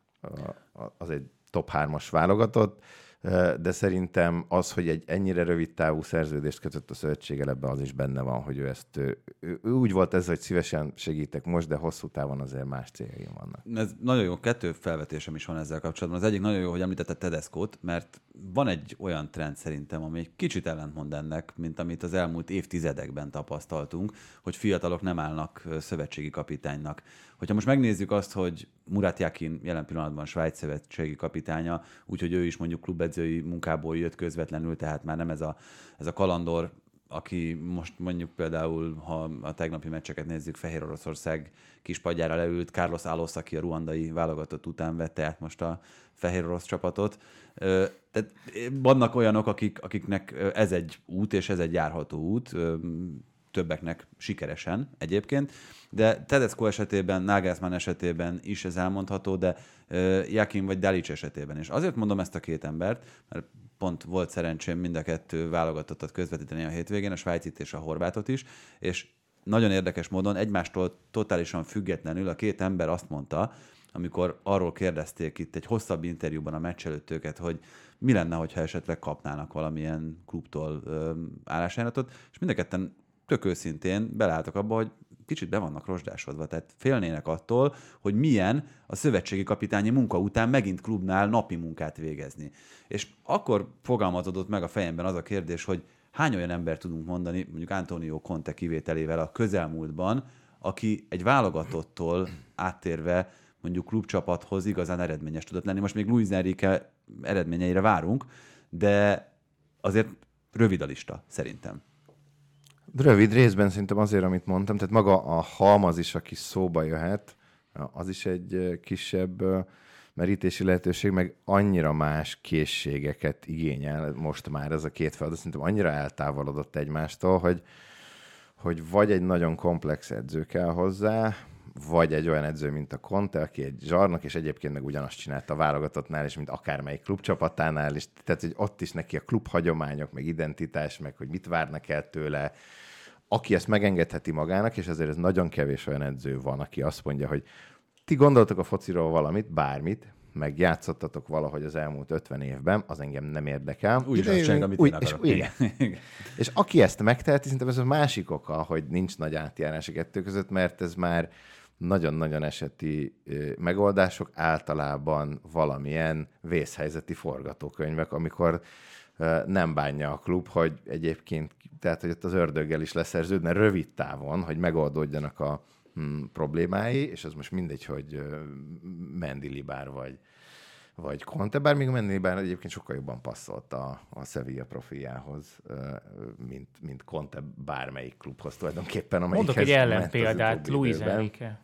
uh, az egy top hármas válogatott, de szerintem az, hogy egy ennyire rövid távú szerződést kötött a szövetséggel, ebben az is benne van, hogy ő ezt ő, ő, ő úgy volt ez, hogy szívesen segítek most, de hosszú távon azért más céljaim vannak. Ez nagyon jó, kettő felvetésem is van ezzel kapcsolatban. Az egyik nagyon jó, hogy említette Tedescót, mert van egy olyan trend szerintem, ami egy kicsit ellentmond ennek, mint amit az elmúlt évtizedekben tapasztaltunk, hogy fiatalok nem állnak szövetségi kapitánynak. Hogyha most megnézzük azt, hogy Murat Yakin jelen pillanatban Svájc szövetségi kapitánya, úgyhogy ő is mondjuk klubedzői munkából jött közvetlenül, tehát már nem ez a, ez a kalandor, aki most mondjuk például, ha a tegnapi meccseket nézzük, Fehér Oroszország kispadjára leült, Carlos Allos, aki a ruandai válogatott után vette át most a fehér orosz csapatot. Tehát vannak olyanok, akik, akiknek ez egy út, és ez egy járható út, többeknek sikeresen egyébként, de Tedesco esetében, Nagelsmann esetében is ez elmondható, de uh, Yakin vagy Dalic esetében is. Azért mondom ezt a két embert, mert pont volt szerencsém mind a kettő válogatottat közvetíteni a hétvégén, a svájcit és a horvátot is, és nagyon érdekes módon egymástól totálisan függetlenül a két ember azt mondta, amikor arról kérdezték itt egy hosszabb interjúban a meccs előtt őket, hogy mi lenne, hogyha esetleg kapnának valamilyen klubtól uh, állásajánlatot, és mind a ketten tök őszintén beleálltak abba, hogy kicsit be vannak rozsdásodva, tehát félnének attól, hogy milyen a szövetségi kapitányi munka után megint klubnál napi munkát végezni. És akkor fogalmazódott meg a fejemben az a kérdés, hogy hány olyan ember tudunk mondani, mondjuk Antonio Conte kivételével a közelmúltban, aki egy válogatottól áttérve mondjuk klubcsapathoz igazán eredményes tudott lenni. Most még Luis Enrique eredményeire várunk, de azért rövid a lista, szerintem. Rövid részben szerintem azért, amit mondtam, tehát maga a halmaz is, aki szóba jöhet, az is egy kisebb merítési lehetőség, meg annyira más készségeket igényel most már ez a két feladat, szerintem annyira eltávolodott egymástól, hogy, hogy vagy egy nagyon komplex edző kell hozzá, vagy egy olyan edző, mint a Conte, aki egy zsarnok, és egyébként meg ugyanazt csinálta a válogatottnál, és mint akármelyik klubcsapatánál, és tehát, hogy ott is neki a klubhagyományok, meg identitás, meg hogy mit várnak el tőle, aki ezt megengedheti magának, és ezért ez nagyon kevés olyan edző van, aki azt mondja, hogy ti gondoltok a fociról valamit, bármit, meg játszottatok valahogy az elmúlt ötven évben, az engem nem érdekel. Úgy is csinálják, amit én akarok. És, igen. És aki ezt megteheti, szerintem ez a másik oka, hogy nincs nagy átjárás a kettő között, mert ez már nagyon-nagyon eseti megoldások, általában valamilyen vészhelyzeti forgatókönyvek, amikor nem bánja a klub, hogy egyébként, tehát hogy ott az ördöggel is leszerződne rövid távon, hogy megoldódjanak a hm, problémái, és az most mindegy, hogy Mendilibár vagy, vagy Conte, bár még a Mendilibár egyébként sokkal jobban passzolt a, a Sevilla profiához, mint, mint Conte bármelyik klubhoz tulajdonképpen. Mondok egy ellenpéldát, Luis Enrique.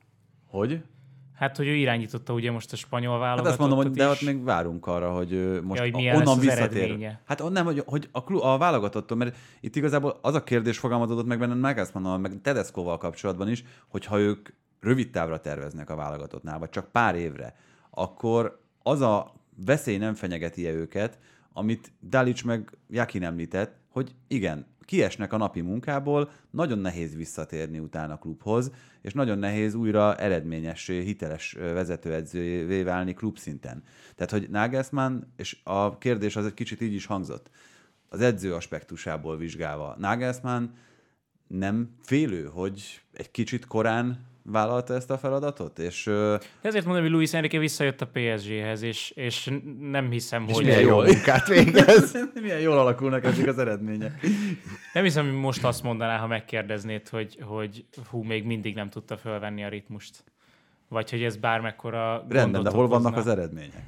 Hogy? Hát, hogy ő irányította ugye most a spanyol válogatottat. Hát azt mondom, hogy is. de ott még várunk arra, hogy most ja, hogy a, onnan visszatér. Eredménye. Hát nem, hogy, hogy a, klub, a válogatottól, mert itt igazából az a kérdés fogalmazódott meg bennem Nagelsmannnal, meg Tedescoval kapcsolatban is, hogy ha ők rövid távra terveznek a válogatottnál, vagy csak pár évre, akkor az a veszély nem fenyegeti-e őket, amit Dalic meg Yakin említett, hogy igen, kiesnek a napi munkából, nagyon nehéz visszatérni utána a klubhoz, és nagyon nehéz újra eredményes, hiteles vezetőedzővé válni klubszinten. Tehát, hogy Nagelsmann, és a kérdés az egy kicsit így is hangzott, az edző aspektusából vizsgálva, Nagelsmann nem félő, hogy egy kicsit korán vállalta ezt a feladatot, és... De ezért mondom, hogy Luis Enrique visszajött a pé es géhez, és, és nem hiszem, és hogy... milyen jól munkát végez. milyen jól alakulnak ezek az eredmények. Nem hiszem, hogy most azt mondaná, ha megkérdeznéd, hogy, hogy hú, még mindig nem tudta fölvenni a ritmust. Vagy hogy ez bármekkora gondot Rendben, de hol okozna. vannak az eredmények?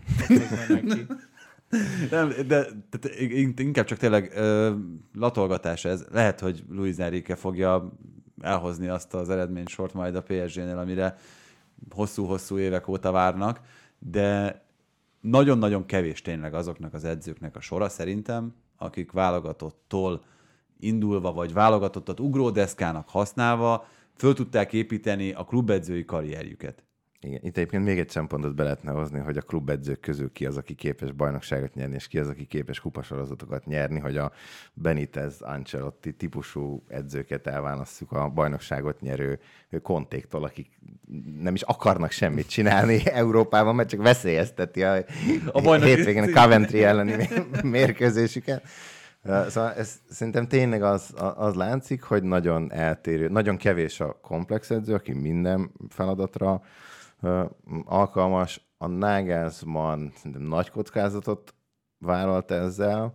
Nem, de, de inkább csak tényleg ö, latolgatás ez. Lehet, hogy Luis Enrique fogja elhozni azt az eredménysort majd a pé es génél, amire hosszú-hosszú évek óta várnak, de nagyon-nagyon kevés tényleg azoknak az edzőknek a sora szerintem, akik válogatottól indulva, vagy válogatottat ugródeszkának használva föl tudták építeni a klubedzői karrierjüket. Igen, itt egyébként még egy szempontot be lehetne hozni, hogy a klubedzők közül ki az, aki képes bajnokságot nyerni, és ki az, aki képes kupasorozatokat nyerni, hogy a Benitez, Ancelotti típusú edzőket elválasszuk a bajnokságot nyerő Contéktól, akik nem is akarnak semmit csinálni Európában, mert csak veszélyezteti a, a hétvégén a Coventry elleni mérkőzésüket. Szóval ez szerintem tényleg az, az látszik, hogy nagyon eltérő, nagyon kevés a komplex edző, aki minden feladatra uh, alkalmas. A Nagelsmann szerintem nagy kockázatot vállalt ezzel,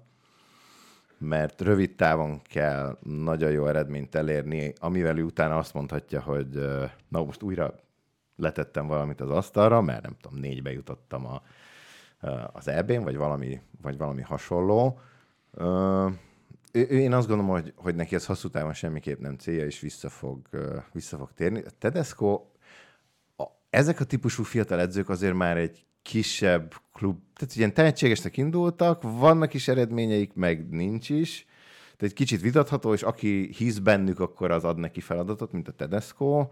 mert rövid távon kell nagyon jó eredményt elérni, amivel ő utána azt mondhatja, hogy uh, na most újra letettem valamit az asztalra, mert nem tudom, négybe jutottam a, uh, az é bén, vagy valami, vagy valami hasonló. Uh, én azt gondolom, hogy, hogy neki ez hosszú távon semmiképp nem célja, és vissza fog, uh, vissza fog térni. A Tedesco, a, ezek a típusú fiatal edzők azért már egy kisebb klub, tehát ilyen tehetségesnek indultak, vannak is eredményeik, meg nincs is, tehát egy kicsit vitatható, és aki hisz bennük, akkor az ad neki feladatot, mint a Tedesco,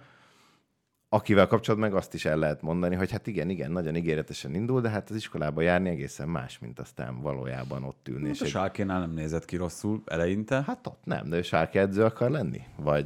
akivel kapcsolatban meg azt is el lehet mondani, hogy hát igen, igen, nagyon ígéretesen indul, de hát az iskolába járni egészen más, mint aztán valójában ott ülni. Hát a Schalkénál nem nézett ki rosszul eleinte. Hát ott nem, de ő Schalke edző akar lenni? Vagy...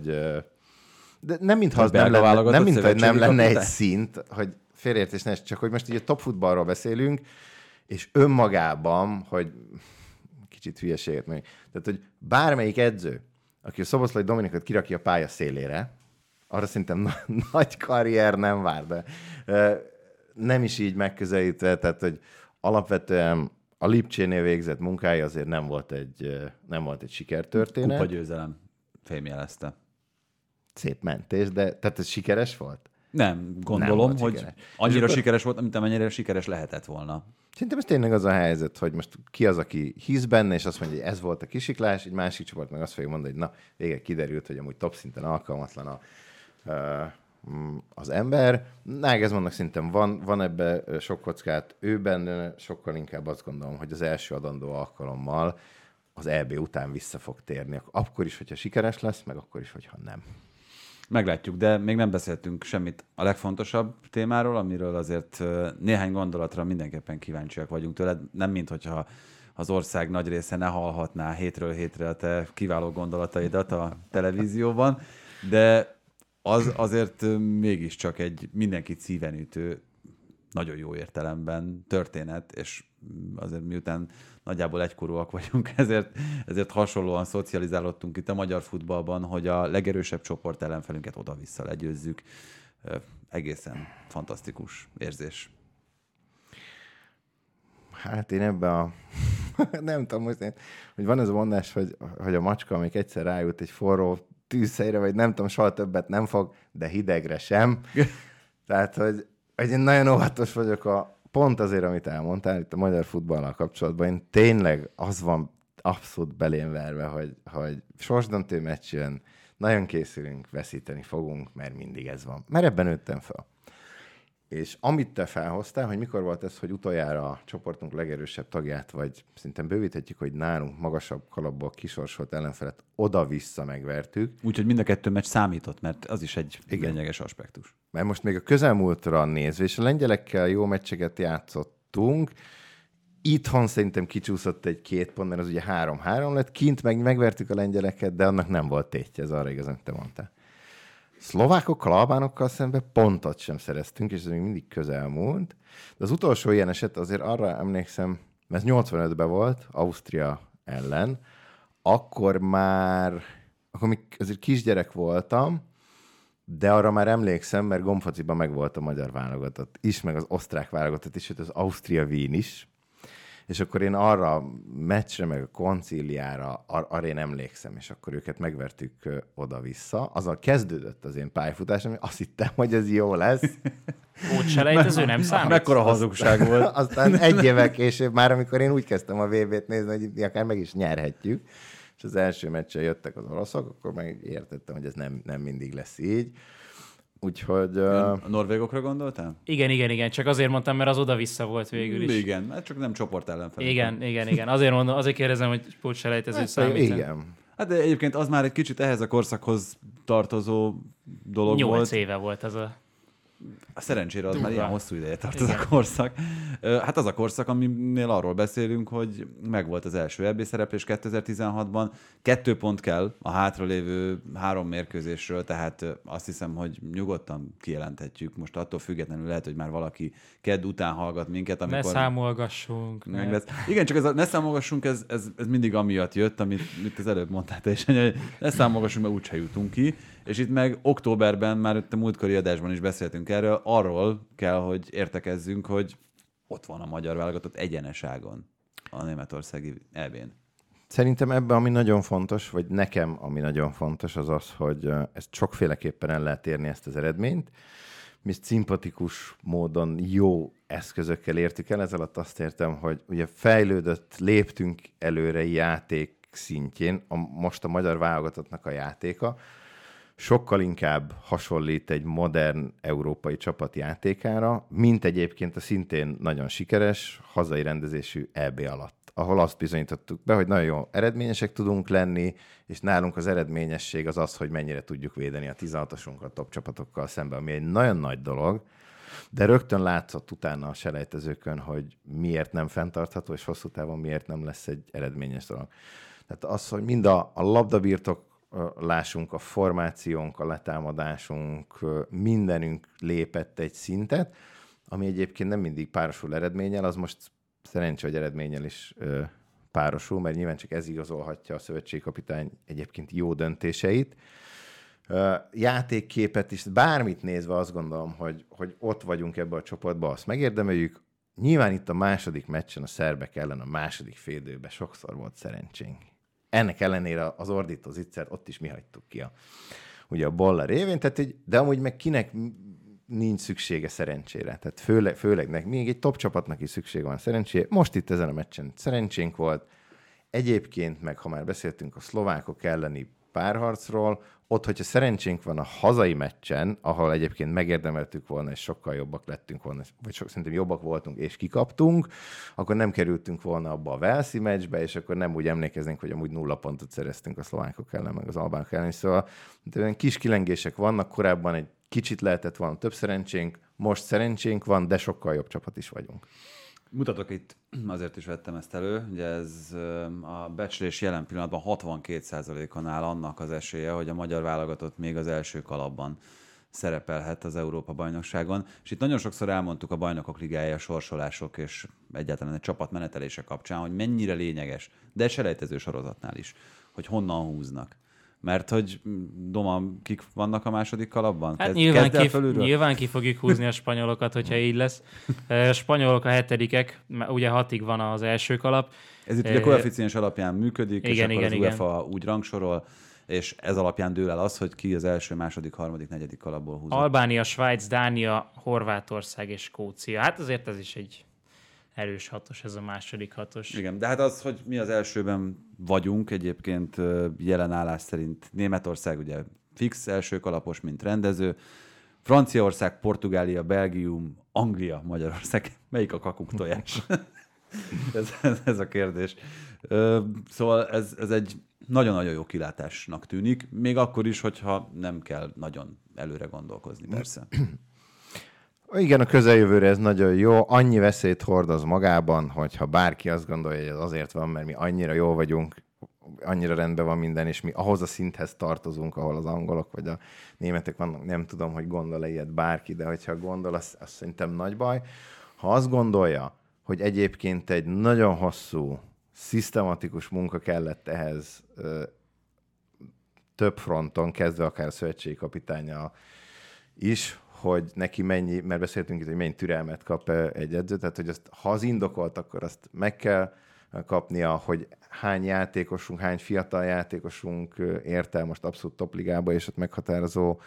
De nem mintha az nem lenne, nem, mintha nem lenne egy szint, hogy félreértés ne, csak hogy most így a top futballról beszélünk, és önmagában, hogy kicsit hülyeséget meg, tehát hogy bármelyik edző, aki a Szoboszlai Dominikot kirakja a pálya szélére, arra szerintem na- nagy karrier nem vár, de uh, nem is így megközelítve, tehát hogy alapvetően a Lipcsénél végzett munkája azért nem volt egy, uh, nem volt egy sikertörténet. Kupa győzelem fémjelezte. Szép mentés, de tehát ez sikeres volt? Nem, gondolom, nem hogy sikeres. annyira akkor... sikeres volt, mint amennyire sikeres lehetett volna. Szerintem ez tényleg az a helyzet, hogy most ki az, aki hisz benne, és azt mondja, hogy ez volt a kisiklás, egy másik csoport meg azt fogja mondani, hogy na, végre kiderült, hogy amúgy top szinten alkalmatlan a az ember. Nagelsmannnak szerintem van, van ebbe sok kockát, ő benne sokkal inkább azt gondolom, hogy az első adandó alkalommal az é bé után vissza fog térni. Akkor is, hogyha sikeres lesz, meg akkor is, hogyha nem. Meglátjuk, de még nem beszéltünk semmit a legfontosabb témáról, amiről azért néhány gondolatra mindenképpen kíváncsiak vagyunk tőled. Nem mint hogyha az ország nagy része ne hallhatná hétről hétre a te kiváló gondolataidat a televízióban, de az azért mégiscsak egy mindenkit szíven ütő, nagyon jó értelemben történet, és azért miután nagyjából egykorúak vagyunk, ezért, ezért hasonlóan szocializálódtunk itt a magyar futballban, hogy a legerősebb csoport ellenfelünket oda-vissza legyőzzük. Egészen fantasztikus érzés. Hát én ebben a... nem tudom, most én, hogy van ez a mondás, hogy, hogy a macska, amik egyszer rájut egy forró tűzhelyre, vagy nem tudom, soha többet nem fog, de hidegre sem. Tehát, hogy, hogy én nagyon óvatos vagyok a pont azért, amit elmondtál itt a magyar futballal kapcsolatban, én tényleg az van abszolút belém verve, hogy, hogy sorsdöntő meccs jön, nagyon készülünk, veszíteni fogunk, mert mindig ez van. Mert ebben nőttem fel. És amit te felhoztál, hogy mikor volt ez, hogy utoljára a csoportunk legerősebb tagját, vagy szinte bővíthetjük, hogy nálunk magasabb kalapból kisorsolt ellenfelet oda-vissza megvertük. Úgyhogy mind a kettő meccs számított, mert az is egy igen. lényeges aspektus. Mert most még a közelmúltra nézve, és a lengyelekkel jó meccseket játszottunk, itthon szerintem kicsúszott egy két pont, mert az ugye három-három lett, kint meg megvertük a lengyeleket, de annak nem volt tétje, ez arra igaz, amit te mondtál. Szlovákokkal, albánokkal szemben pontot sem szereztünk, és ez még mindig közel múlt. De az utolsó ilyen eset azért arra emlékszem, mert ez nyolcvanötben volt, Ausztria ellen, akkor már, akkor még azért kisgyerek voltam, de arra már emlékszem, mert gombfociban megvolt a magyar válogatott is, meg az osztrák válogatott is, sőt az Ausztria-Wien is. És akkor én arra a meccsre, meg a koncíliára, ar- arra én emlékszem, és akkor őket megvertük ö, oda-vissza. Azzal kezdődött az én pályafutásom, hogy azt hittem, hogy ez jó lesz. Pótselejtező nem számít? Mekkora hazugság volt. Aztán egy évvel később, már amikor én úgy kezdtem a vé bét nézni, hogy akár meg is nyerhetjük, és az első meccsen jöttek az oroszok, akkor meg értettem, hogy ez nem, nem mindig lesz így. Úgyhogy... Uh... A norvégokra gondoltál? Igen, igen, igen. Csak azért mondtam, mert az oda-vissza volt végül is. Igen, mert csak nem csoport ellenfelek. Igen, igen, igen. Azért mondom, azért kérdezem, hogy pótselejtező Hát, számít. igen. Hát de egyébként az már egy kicsit ehhez a korszakhoz tartozó dolog Nyolc volt. éve volt az a... A szerencsére az Durva. már ilyen hosszú ideje tart az a korszak. Hát az a korszak, aminél arról beszélünk, hogy megvolt az első é bé szereplés kétezer-tizenhatban. Kettő pont kell a hátralévő három mérkőzésről, tehát azt hiszem, hogy nyugodtan kijelenthetjük. Most attól függetlenül lehet, hogy már valaki kedd után hallgat minket, amikor... Ne számolgassunk. Meg Ne. lesz. Igen, csak ez a ne számolgassunk, ez, ez, ez mindig amiatt jött, amit mit az előbb mondtál te is, hogy ne számolgassunk, mert úgyse jutunk ki. És itt meg októberben, már itt a múltkori adásban is beszéltünk erről, arról kell, hogy értekezzünk, hogy ott van a magyar válogatott egyeneságon a németországi é bén. Szerintem ebben, ami nagyon fontos, vagy nekem, ami nagyon fontos, az az, hogy ezt sokféleképpen el lehet érni ezt az eredményt. Mi szimpatikus módon jó eszközökkel értük el, ez alatt azt értem, hogy ugye fejlődött, léptünk előre játék szintjén, a, most a magyar válogatottnak a játéka sokkal inkább hasonlít egy modern európai csapat játékára, mint egyébként a szintén nagyon sikeres hazai rendezésű é bé alatt, ahol azt bizonyítottuk be, hogy nagyon jó eredményesek tudunk lenni, és nálunk az eredményesség az az, hogy mennyire tudjuk védeni a tizenhatosunkat top csapatokkal szemben, ami egy nagyon nagy dolog, de rögtön látszott utána a selejtezőkön, hogy miért nem fenntartható, és hosszú távon miért nem lesz egy eredményes dolog. Tehát az, hogy mind a, a labdabirtok lássunk, a formációnk, a letámadásunk, mindenünk lépett egy szintet, ami egyébként nem mindig párosul eredménnyel, az most szerencsé, hogy eredménnyel is ö, párosul, mert nyilván csak ez igazolhatja a szövetségkapitány egyébként jó döntéseit. Ö, játékképet is, bármit nézve azt gondolom, hogy, hogy ott vagyunk ebbe a csoportba, azt megérdemeljük. Nyilván itt a második meccsen a szerbek ellen a második félidőben sokszor volt szerencsénk. Ennek ellenére az ordító zicsert ott is mi hagytuk ki a, ugye a Bolla révén, tehát egy, de amúgy meg kinek nincs szüksége szerencsére. Tehát főleg, főleg nek, még egy top csapatnak is szükség van szerencsére. Most itt ezen a meccsen szerencsénk volt. Egyébként meg, ha már beszéltünk a szlovákok elleni párharcról, ott, hogyha szerencsénk van a hazai meccsen, ahol egyébként megérdemeltük volna, és sokkal jobbak lettünk volna, vagy sok, szerintem jobbak voltunk, és kikaptunk, akkor nem kerültünk volna abba a Walesi meccsbe, és akkor nem úgy emlékeznénk, hogy amúgy nulla pontot szereztünk a szlovákok ellen, meg az albánok ellen. Szóval olyan kis kilengések vannak, korábban egy kicsit lehetett volna több szerencsénk, most szerencsénk van, de sokkal jobb csapat is vagyunk. Mutatok itt, azért is vettem ezt elő, ugye ez a becslés jelen pillanatban hatvankét százalékon áll annak az esélye, hogy a magyar válogatott még az első kalapban szerepelhet az Európa-bajnokságon. És itt nagyon sokszor elmondtuk a Bajnokok Ligája, sorsolások és egyáltalán egy csapat menetelése kapcsán, hogy mennyire lényeges, de selejtező sorozatnál is, hogy honnan húznak. Mert hogy Doma, kik vannak a második kalapban? Hát Kezd, nyilván, kezd ki, nyilván ki fogjuk húzni a spanyolokat, hogyha így lesz. A spanyolok a hetedikek, ugye hatig van az első kalap. Ez itt ugye koeficiens alapján működik, igen, és akkor igen, az igen. UEFA úgy rangsorol, és ez alapján dől el az, hogy ki az első, második, harmadik, negyedik kalapból húzott. Albánia, Svájc, Dánia, Horvátország és Skócia. Hát azért ez is egy erős hatos, ez a második hatos. Igen, de hát az, hogy mi az elsőben vagyunk, egyébként jelen állás szerint Németország ugye fix első kalapos, mint rendező, Franciaország, Portugália, Belgium, Anglia, Magyarország. Melyik a kakuk tojás? ez, ez, ez a kérdés. Szóval ez, ez egy nagyon-nagyon jó kilátásnak tűnik, még akkor is, hogyha nem kell nagyon előre gondolkozni, persze. Igen, a közeljövőre ez nagyon jó. Annyi veszélyt hordoz magában, hogyha bárki azt gondolja, hogy ez azért van, mert mi annyira jó vagyunk, annyira rendben van minden, és mi ahhoz a szinthez tartozunk, ahol az angolok vagy a németek vannak. Nem tudom, hogy gondol-e ilyet bárki, de hogyha gondol, az, az szerintem nagy baj. Ha azt gondolja, hogy egyébként egy nagyon hosszú, szisztematikus munka kellett ehhez ö, több fronton, kezdve akár a szövetségi kapitánya is, hogy neki mennyi, mert beszéltünk itt, hogy mennyi türelmet kap egy edző, tehát hogy azt, ha az indokolt, akkor azt meg kell kapnia, hogy hány játékosunk, hány fiatal játékosunk ért el most abszolút topligába, és ott meghatározó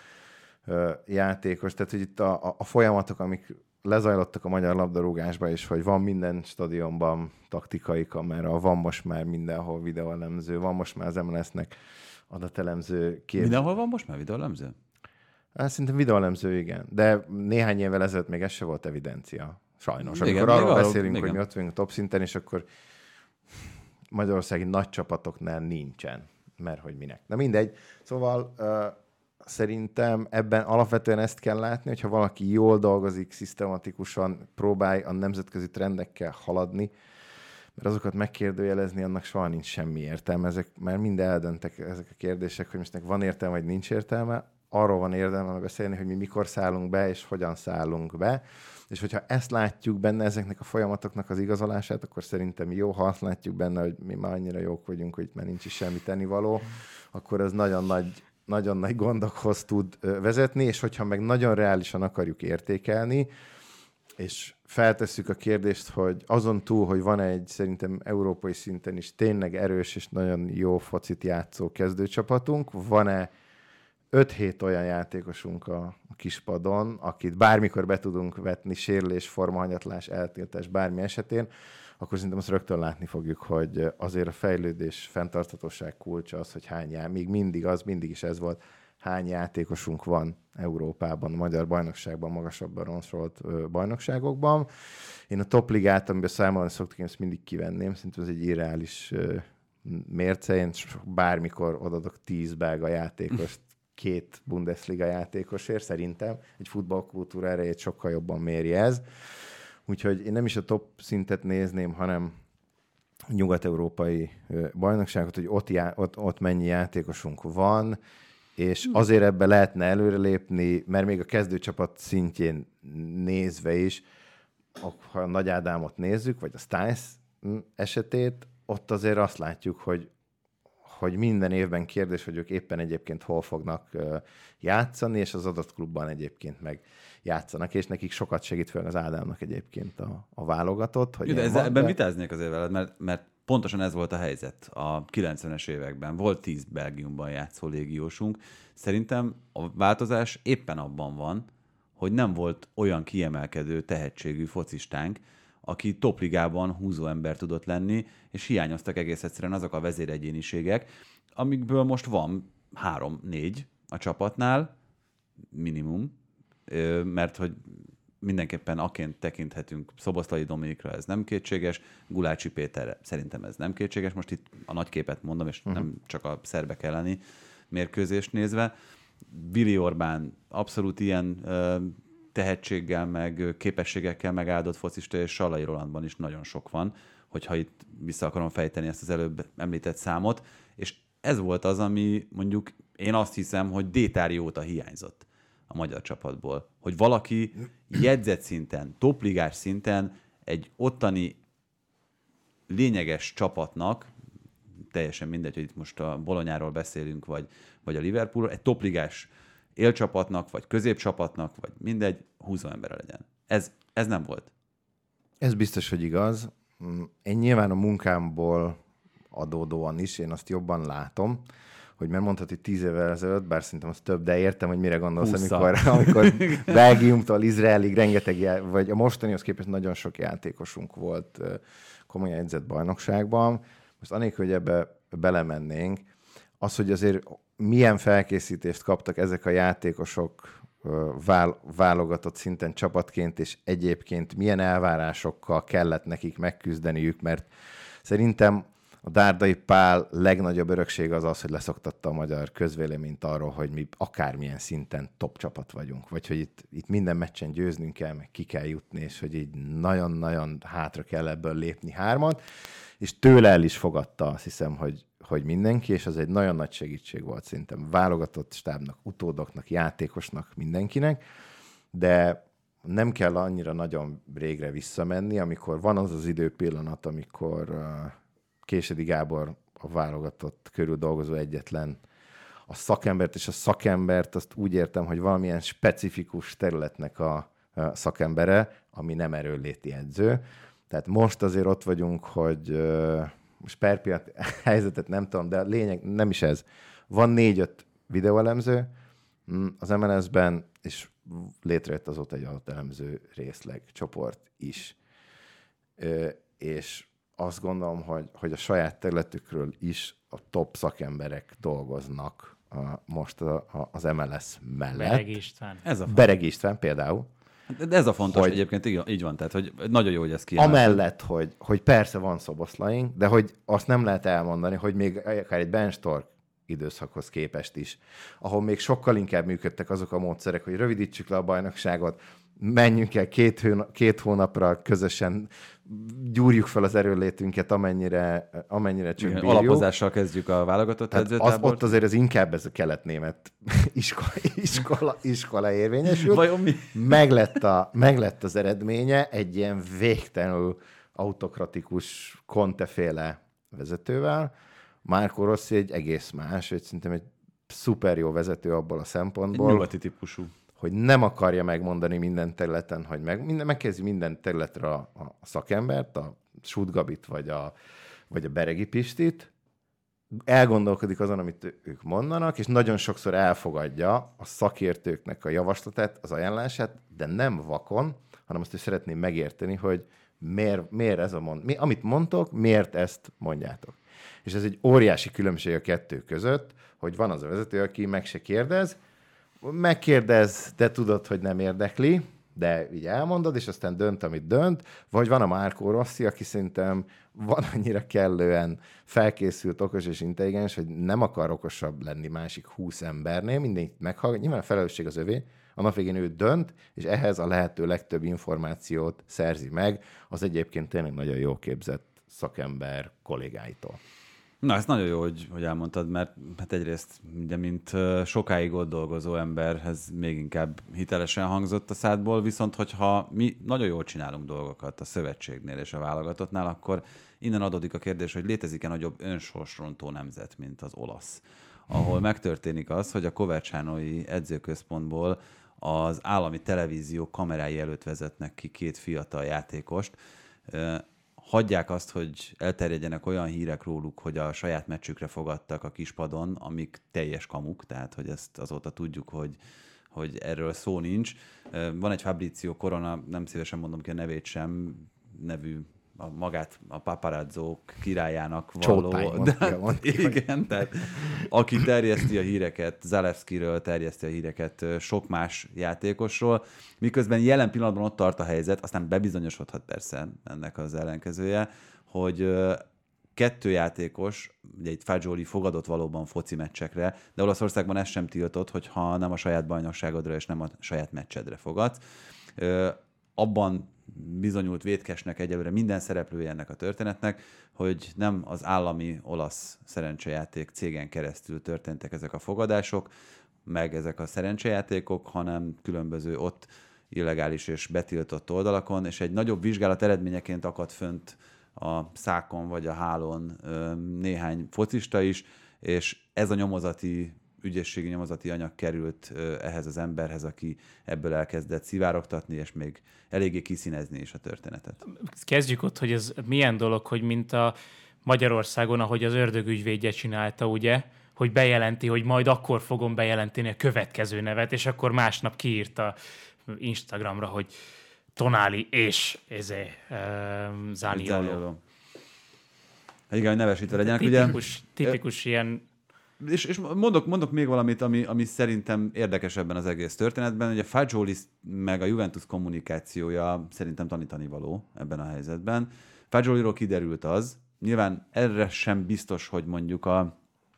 játékos. Tehát, hogy itt a, a folyamatok, amik lezajlottak a magyar labdarúgásba, és hogy van minden stadionban taktikai kamera, van most már mindenhol videóelemző, van most már az em el es-nek adatelemző kép. Mindenhol van most már videóelemző? Hát szerintem videóelemző, igen. De néhány évvel ezelőtt még ez se volt evidencia. Sajnos. Igen, amikor arról arról, beszélünk, igen. hogy mi ott vagyunk a top szinten, és akkor magyarországi nagy csapatoknál nincsen. Mert hogy minek. Na mindegy. Szóval uh, szerintem ebben alapvetően ezt kell látni, hogyha valaki jól dolgozik, szisztematikusan próbálj a nemzetközi trendekkel haladni, mert azokat megkérdőjelezni, annak soha nincs semmi értelme. Ezek már mind eldöntek ezek a kérdések, hogy most van értelme, vagy nincs értelme. Arról van értelme beszélni, hogy mi mikor szállunk be, és hogyan szállunk be. És hogyha ezt látjuk benne, ezeknek a folyamatoknak az igazolását, akkor szerintem jó, ha azt látjuk benne, hogy mi már annyira jók vagyunk, hogy már nincs is semmi tennivaló, akkor ez nagyon nagy, nagyon nagy gondokhoz tud vezetni, és hogyha meg nagyon reálisan akarjuk értékelni, és feltesszük a kérdést, hogy azon túl, hogy van egy szerintem európai szinten is tényleg erős és nagyon jó focit játszó kezdőcsapatunk, van-e öt-hét olyan játékosunk a, a kispadon, akit bármikor be tudunk vetni, sérülés, formahanyatlás, eltiltás bármi esetén, akkor szerintem azt rögtön látni fogjuk, hogy azért a fejlődés, fenntarthatóság kulcsa az, hogy hány já... még mindig az, mindig is ez volt, hány játékosunk van Európában, a magyar bajnokságban, magasabban rangsolt bajnokságokban. Én a topligát, amiben számolni szoktuk, én ezt mindig kivenném, szerintem ez egy irreális mérce, én bármikor odadok tíz belga játékost két Bundesliga játékosért, szerintem egy futballkultúra erejét sokkal jobban méri ez. Úgyhogy én nem is a top szintet nézném, hanem nyugat-európai bajnokságot, hogy ott, já- ott, ott mennyi játékosunk van, és azért ebbe lehetne előrelépni, mert még a kezdőcsapat szintjén nézve is, ha a Nagy Ádámot nézzük, vagy a Stiles esetét, ott azért azt látjuk, hogy hogy minden évben kérdés, hogy ők éppen egyébként hol fognak uh, játszani, és az adott klubban egyébként meg játszanak, és nekik sokat segít fel az Ádámnak egyébként a, a válogatott. Hogy Jó, de ez, van, ebben de... vitáznék azért veled, mert, mert pontosan ez volt a helyzet a kilencvenes években. Volt tíz Belgiumban játszó légiósunk. Szerintem a változás éppen abban van, hogy nem volt olyan kiemelkedő tehetségű focistánk, aki topligában húzó ember tudott lenni, és hiányoztak egész egyszerűen azok a vezéregyéniségek, amikből most van három-négy a csapatnál, minimum, mert hogy mindenképpen aként tekinthetünk Szoboszlai Dominikra, ez nem kétséges, Gulácsi Péterre szerintem ez nem kétséges, most itt a nagy képet mondom, és uh-huh. nem csak a szerbek elleni mérkőzést nézve. Vili Orbán abszolút ilyen tehetséggel, meg képességekkel megáldott focista, és Sallai Rolandban is nagyon sok van, hogyha itt vissza akarom fejteni ezt az előbb említett számot, és ez volt az, ami mondjuk én azt hiszem, hogy Détári óta hiányzott a magyar csapatból. Hogy valaki jegyzett szinten, topligás szinten egy ottani lényeges csapatnak, teljesen mindegy, hogy itt most a Bolonyáról beszélünk, vagy, vagy a Liverpoolról, egy topligás élcsapatnak, vagy középcsapatnak, vagy mindegy, húzó embere legyen. Ez, ez nem volt. Ez biztos, hogy igaz. Én nyilván a munkámból adódóan is, én azt jobban látom, hogy mert mondhatod, hogy tíz évvel ezelőtt, bár szerintem az több, de értem, hogy mire gondolsz, Húszza. amikor, amikor Belgiumtól Izraelig rengeteg, vagy a mostanihoz képest nagyon sok játékosunk volt komolyan edzett bajnokságban. Most anélkül, hogy ebbe belemennénk, az, hogy azért milyen felkészítést kaptak ezek a játékosok válogatott szinten csapatként, és egyébként milyen elvárásokkal kellett nekik megküzdeniük, mert szerintem a Dárdai Pál legnagyobb örökség az az, hogy leszoktatta a magyar közvéleményt arról, hogy mi akármilyen szinten top csapat vagyunk, vagy hogy itt, itt minden meccsen győznünk kell, meg ki kell jutni, és hogy így nagyon-nagyon hátra kell ebből lépni hármat, és tőle el is fogadta, azt hiszem, hogy, hogy mindenki, és az egy nagyon nagy segítség volt szerintem válogatott stábnak, utódoknak, játékosnak, mindenkinek, de nem kell annyira nagyon régre visszamenni, amikor van az az időpillanat, amikor uh, Késedi Gábor a válogatott körül dolgozó egyetlen a szakembert, és a szakembert azt úgy értem, hogy valamilyen specifikus területnek a, a szakembere, ami nem erőnléti edző. Tehát most azért ott vagyunk, hogy uh, most per pillanat helyzetet nem tudom, de a lényeg nem is ez. Van négy-öt videóelemző az em el es-ben, és létrejött azóta egy adatelemző részleg csoport is. Uh, és azt gondolom, hogy, hogy a saját területükről is a top szakemberek dolgoznak a, most a, a, az em el es mellett. Bereg István. Ez a Bereg István például. De ez a fontos, hogy, egyébként így, így van, tehát hogy nagyon jó, hogy ez kiemelt. Amellett, hogy, hogy persze van szoboszlaink, de hogy azt nem lehet elmondani, hogy még akár egy Ben Stork időszakhoz képest is, ahol még sokkal inkább működtek azok a módszerek, hogy rövidítsük le a bajnokságot, menjünk el két, hőn, két hónapra közösen, gyúrjuk fel az erőnlétünket, amennyire, amennyire csak Igen, bírjuk. Alapozással kezdjük a válogatott edzőtábort. Az, ott azért az inkább ez a kelet-német iskola, iskola, iskola érvényesült. Vajon mi? Meglett, a, meglett az eredménye egy ilyen végtelenül autokratikus Conte-féle vezetővel. Marco Rossi egy egész más, hogy szerintem egy szuper jó vezető abból a szempontból. Egy nyugati típusú. Hogy nem akarja megmondani minden területen, hogy meg, minden, megkezdi minden területre a, a szakembert, a Schut Gabit vagy a, vagy a Beregi Pistit, elgondolkodik azon, amit ők mondanak, és nagyon sokszor elfogadja a szakértőknek a javaslatát, az ajánlását, de nem vakon, hanem azt is szeretném megérteni, hogy miért, miért ez a mond, mi, amit mondtok, miért ezt mondjátok. És ez egy óriási különbség a kettő között, hogy van az a vezető, aki meg se kérdez, megkérdez, de tudod, hogy nem érdekli, de így elmondod, és aztán dönt, amit dönt, vagy van a Marco Rossi, aki szerintem van annyira kellően felkészült, okos és intelligens, hogy nem akar okosabb lenni másik húsz embernél, mindenit meghallgat, nyilván a felelősség az övé, a nap végén ő dönt, és ehhez a lehető legtöbb információt szerzi meg az egyébként tényleg nagyon jó képzett szakember kollégáitól. Na, ez nagyon jó, hogy, hogy elmondtad, mert hát egyrészt, ugye, mint sokáig ott dolgozó ember, ez még inkább hitelesen hangzott a szádból, viszont hogyha mi nagyon jól csinálunk dolgokat a szövetségnél és a válogatottnál, akkor innen adódik a kérdés, hogy létezik-e nagyobb önsorsrontó nemzet, mint az olasz, ahol megtörténik az, hogy a Covercianoi edzőközpontból az állami televízió kamerái előtt vezetnek ki két fiatal játékost, hagyják azt, hogy elterjedjenek olyan hírek róluk, hogy a saját meccsükre fogadtak a kispadon, amik teljes kamuk, tehát hogy ezt azóta tudjuk, hogy, hogy erről szó nincs. Van egy Fabrizio Corona, nem szívesen mondom ki a nevét sem, nevű, a magát a paparazzók királyának való. De, igen, tehát aki terjeszti a híreket, Zalewskiről terjeszti a híreket sok más játékosról, miközben jelen pillanatban ott tart a helyzet, aztán bebizonyosodhat persze ennek az ellenkezője, hogy kettő játékos, ugye itt Fagioli fogadott valóban foci meccsekre, de Olaszországban ez sem tiltott, hogyha nem a saját bajnokságodra és nem a saját meccsedre fogadsz. Abban bizonyult vétkesnek egyelőre minden szereplője ennek a történetnek, hogy nem az állami olasz szerencsejáték cégen keresztül történtek ezek a fogadások, meg ezek a szerencsejátékok, hanem különböző ott illegális és betiltott oldalakon, és egy nagyobb vizsgálat eredményeként akadt fönt a szákon vagy a hálón néhány focista is, és ez a nyomozati ügyességi nyomozati anyag került ehhez az emberhez, aki ebből elkezdett szivárogtatni, és még eléggé kiszínezni is a történetet. Kezdjük ott, hogy ez milyen dolog, hogy mint a Magyarországon, ahogy az ördögügyvédje csinálta, ugye, hogy bejelenti, hogy majd akkor fogom bejelenteni a következő nevet, és akkor másnap kiírta Instagramra, hogy Tonali és ezé, um, Zaniolo. Igen, hogy nevesítve legyenek. Tipikus, ugye, tipikus ilyen. És, és mondok, mondok még valamit, ami, ami szerintem érdekes ebben az egész történetben, hogy a Fagioli meg a Juventus kommunikációja szerintem tanítani való ebben a helyzetben. Fagioliról kiderült az, nyilván erre sem biztos, hogy mondjuk a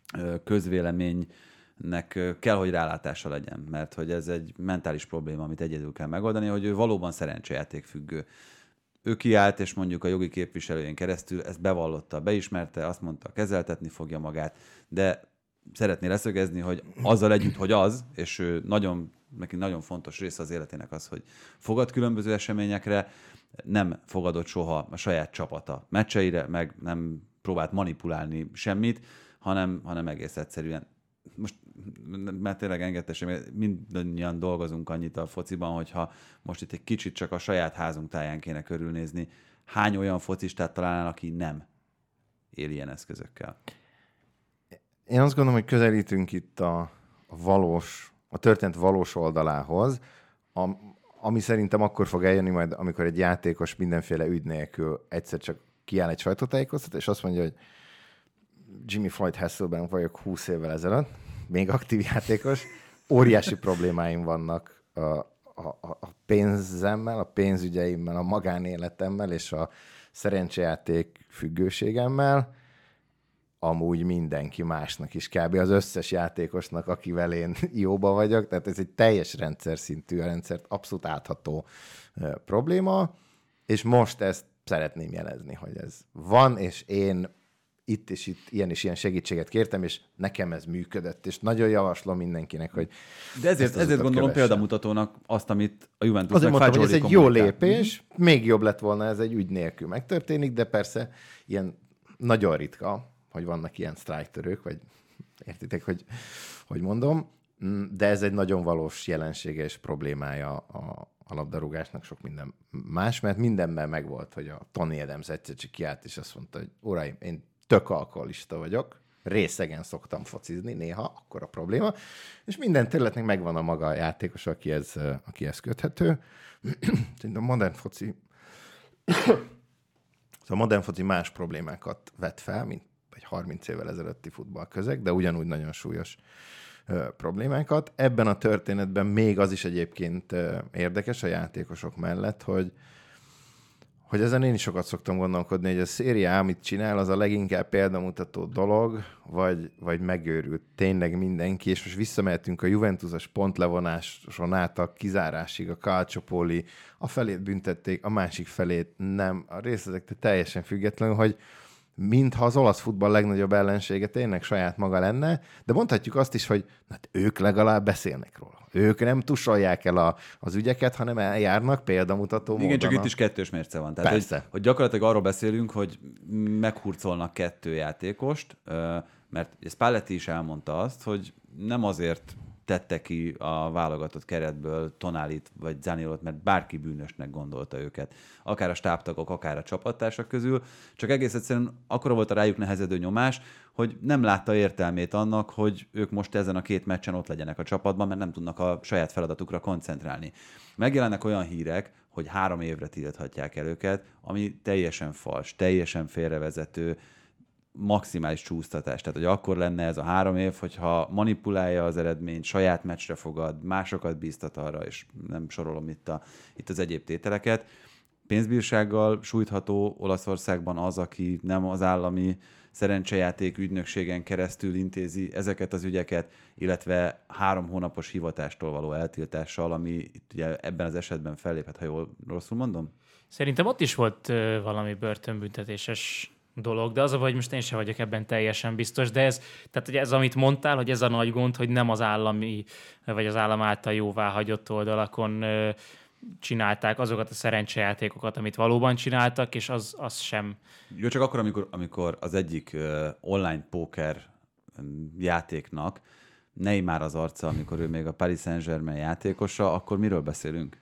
közvéleménynek kell, hogy rálátása legyen, mert hogy ez egy mentális probléma, amit egyedül kell megoldani, hogy ő valóban szerencsejáték függő. Ő kiállt, és mondjuk a jogi képviselőjén keresztül ezt bevallotta, beismerte, azt mondta, kezeltetni fogja magát, de szeretné leszögezni, hogy azzal együtt, hogy az, és ő nagyon, neki nagyon fontos része az életének az, hogy fogad különböző eseményekre, nem fogadott soha a saját csapata meccseire, meg nem próbált manipulálni semmit, hanem, hanem egész egyszerűen. Most mert tényleg engedtessem, mindannyian dolgozunk annyit a fociban, hogyha most itt egy kicsit csak a saját házunk táján kéne körülnézni, hány olyan focistát találnál, aki nem él ilyen eszközökkel? Én azt gondolom, hogy közelítünk itt a, a valós, a történet valós oldalához, a, ami szerintem akkor fog eljönni majd, amikor egy játékos mindenféle ügy nélkül egyszer csak kiáll egy sajtótájékoztató, és azt mondja, hogy Jimmy Floyd Hasselbank vagyok húsz évvel ezelőtt, még aktív játékos, óriási problémáim vannak a, a, a pénzemmel, a pénzügyeimmel, a magánéletemmel és a szerencsejáték függőségemmel, amúgy mindenki másnak is, kb. Az összes játékosnak, akivel én jóba vagyok, tehát ez egy teljes rendszer szintű, a rendszert abszolút átható uh, probléma, és most ezt szeretném jelezni, hogy ez van, és én itt és itt ilyen és ilyen segítséget kértem, és nekem ez működött, és nagyon javaslom mindenkinek, hogy de ezért, ezért gondolom kövessen. Példamutatónak azt, amit a Juventus Azért meg mondtam, hogy ez egy jó kommunikál. lépés, még jobb lett volna, ez egy ügy nélkül megtörténik, de persze ilyen nagyon ritka, hogy vannak ilyen sztrájktörők, vagy értitek, hogy, hogy mondom, de ez egy nagyon valós jelensége és problémája a, a labdarúgásnak, sok minden más, mert mindenben megvolt, hogy a Tony Adams egyszer csak kiállt, és azt mondta, hogy uraim, én tök alkoholista vagyok, részegen szoktam focizni néha, akkor a probléma, és minden területnek megvan a maga játékos, aki ez, aki ez köthető. Szerintem a modern foci a modern foci más problémákat vet fel, mint egy harminc évvel ezelőtti futballközeg, de ugyanúgy nagyon súlyos ö, problémákat. Ebben a történetben még az is egyébként ö, érdekes a játékosok mellett, hogy hogy ezen én is sokat szoktam gondolkodni, hogy a Serie A, amit csinál, az a leginkább példamutató dolog, vagy, vagy megőrült tényleg mindenki, és most visszamehetünk a Juventusos pontlevonáson át a kizárásig, a Calciopoli, a felét büntették, a másik felét nem. A részletek teljesen függetlenül, hogy mintha az olasz futball legnagyobb ellensége tényleg saját maga lenne, de mondhatjuk azt is, hogy hát ők legalább beszélnek róla. Ők nem tusolják el a, az ügyeket, hanem eljárnak példamutató módon. Igen, csak itt is kettős mérce van. Tehát, Persze. hogy, hogy gyakorlatilag arról beszélünk, hogy meghurcolnak kettő játékost, mert Spalletti is elmondta azt, hogy nem azért tette ki a válogatott keretből Tonálit vagy Zaniolót, mert bárki bűnösnek gondolta őket. Akár a stábtagok, akár a csapattársak közül, csak egész egyszerűen akkora volt a rájuk nehezedő nyomás, hogy nem látta értelmét annak, hogy ők most ezen a két meccsen ott legyenek a csapatban, mert nem tudnak a saját feladatukra koncentrálni. Megjelennek olyan hírek, hogy három évre tilthatják el őket, ami teljesen fals, teljesen félrevezető, maximális csúsztatás. Tehát, hogy akkor lenne ez a három év, hogyha manipulálja az eredményt, saját meccsre fogad, másokat bíztat arra, és nem sorolom itt, a, itt az egyéb tételeket. Pénzbírsággal sújtható Olaszországban az, aki nem az állami szerencsejáték ügynökségen keresztül intézi ezeket az ügyeket, illetve három hónapos hivatástól való eltiltással, ami itt ugye ebben az esetben felléphet, ha jól rosszul mondom? Szerintem ott is volt ö, valami börtönbüntetéses dolog, de az a baj, hogy most én sem vagyok ebben teljesen biztos, de ez, tehát ugye ez, amit mondtál, hogy ez a nagy gond, hogy nem az állami, vagy az állam által jóváhagyott oldalakon ö, csinálták azokat a szerencsejátékokat, amit valóban csináltak, és az, az sem. Jó, csak akkor, amikor, amikor az egyik uh, online póker játéknak Neymar az arca, amikor ő még a Paris Saint-Germain játékosa, akkor miről beszélünk?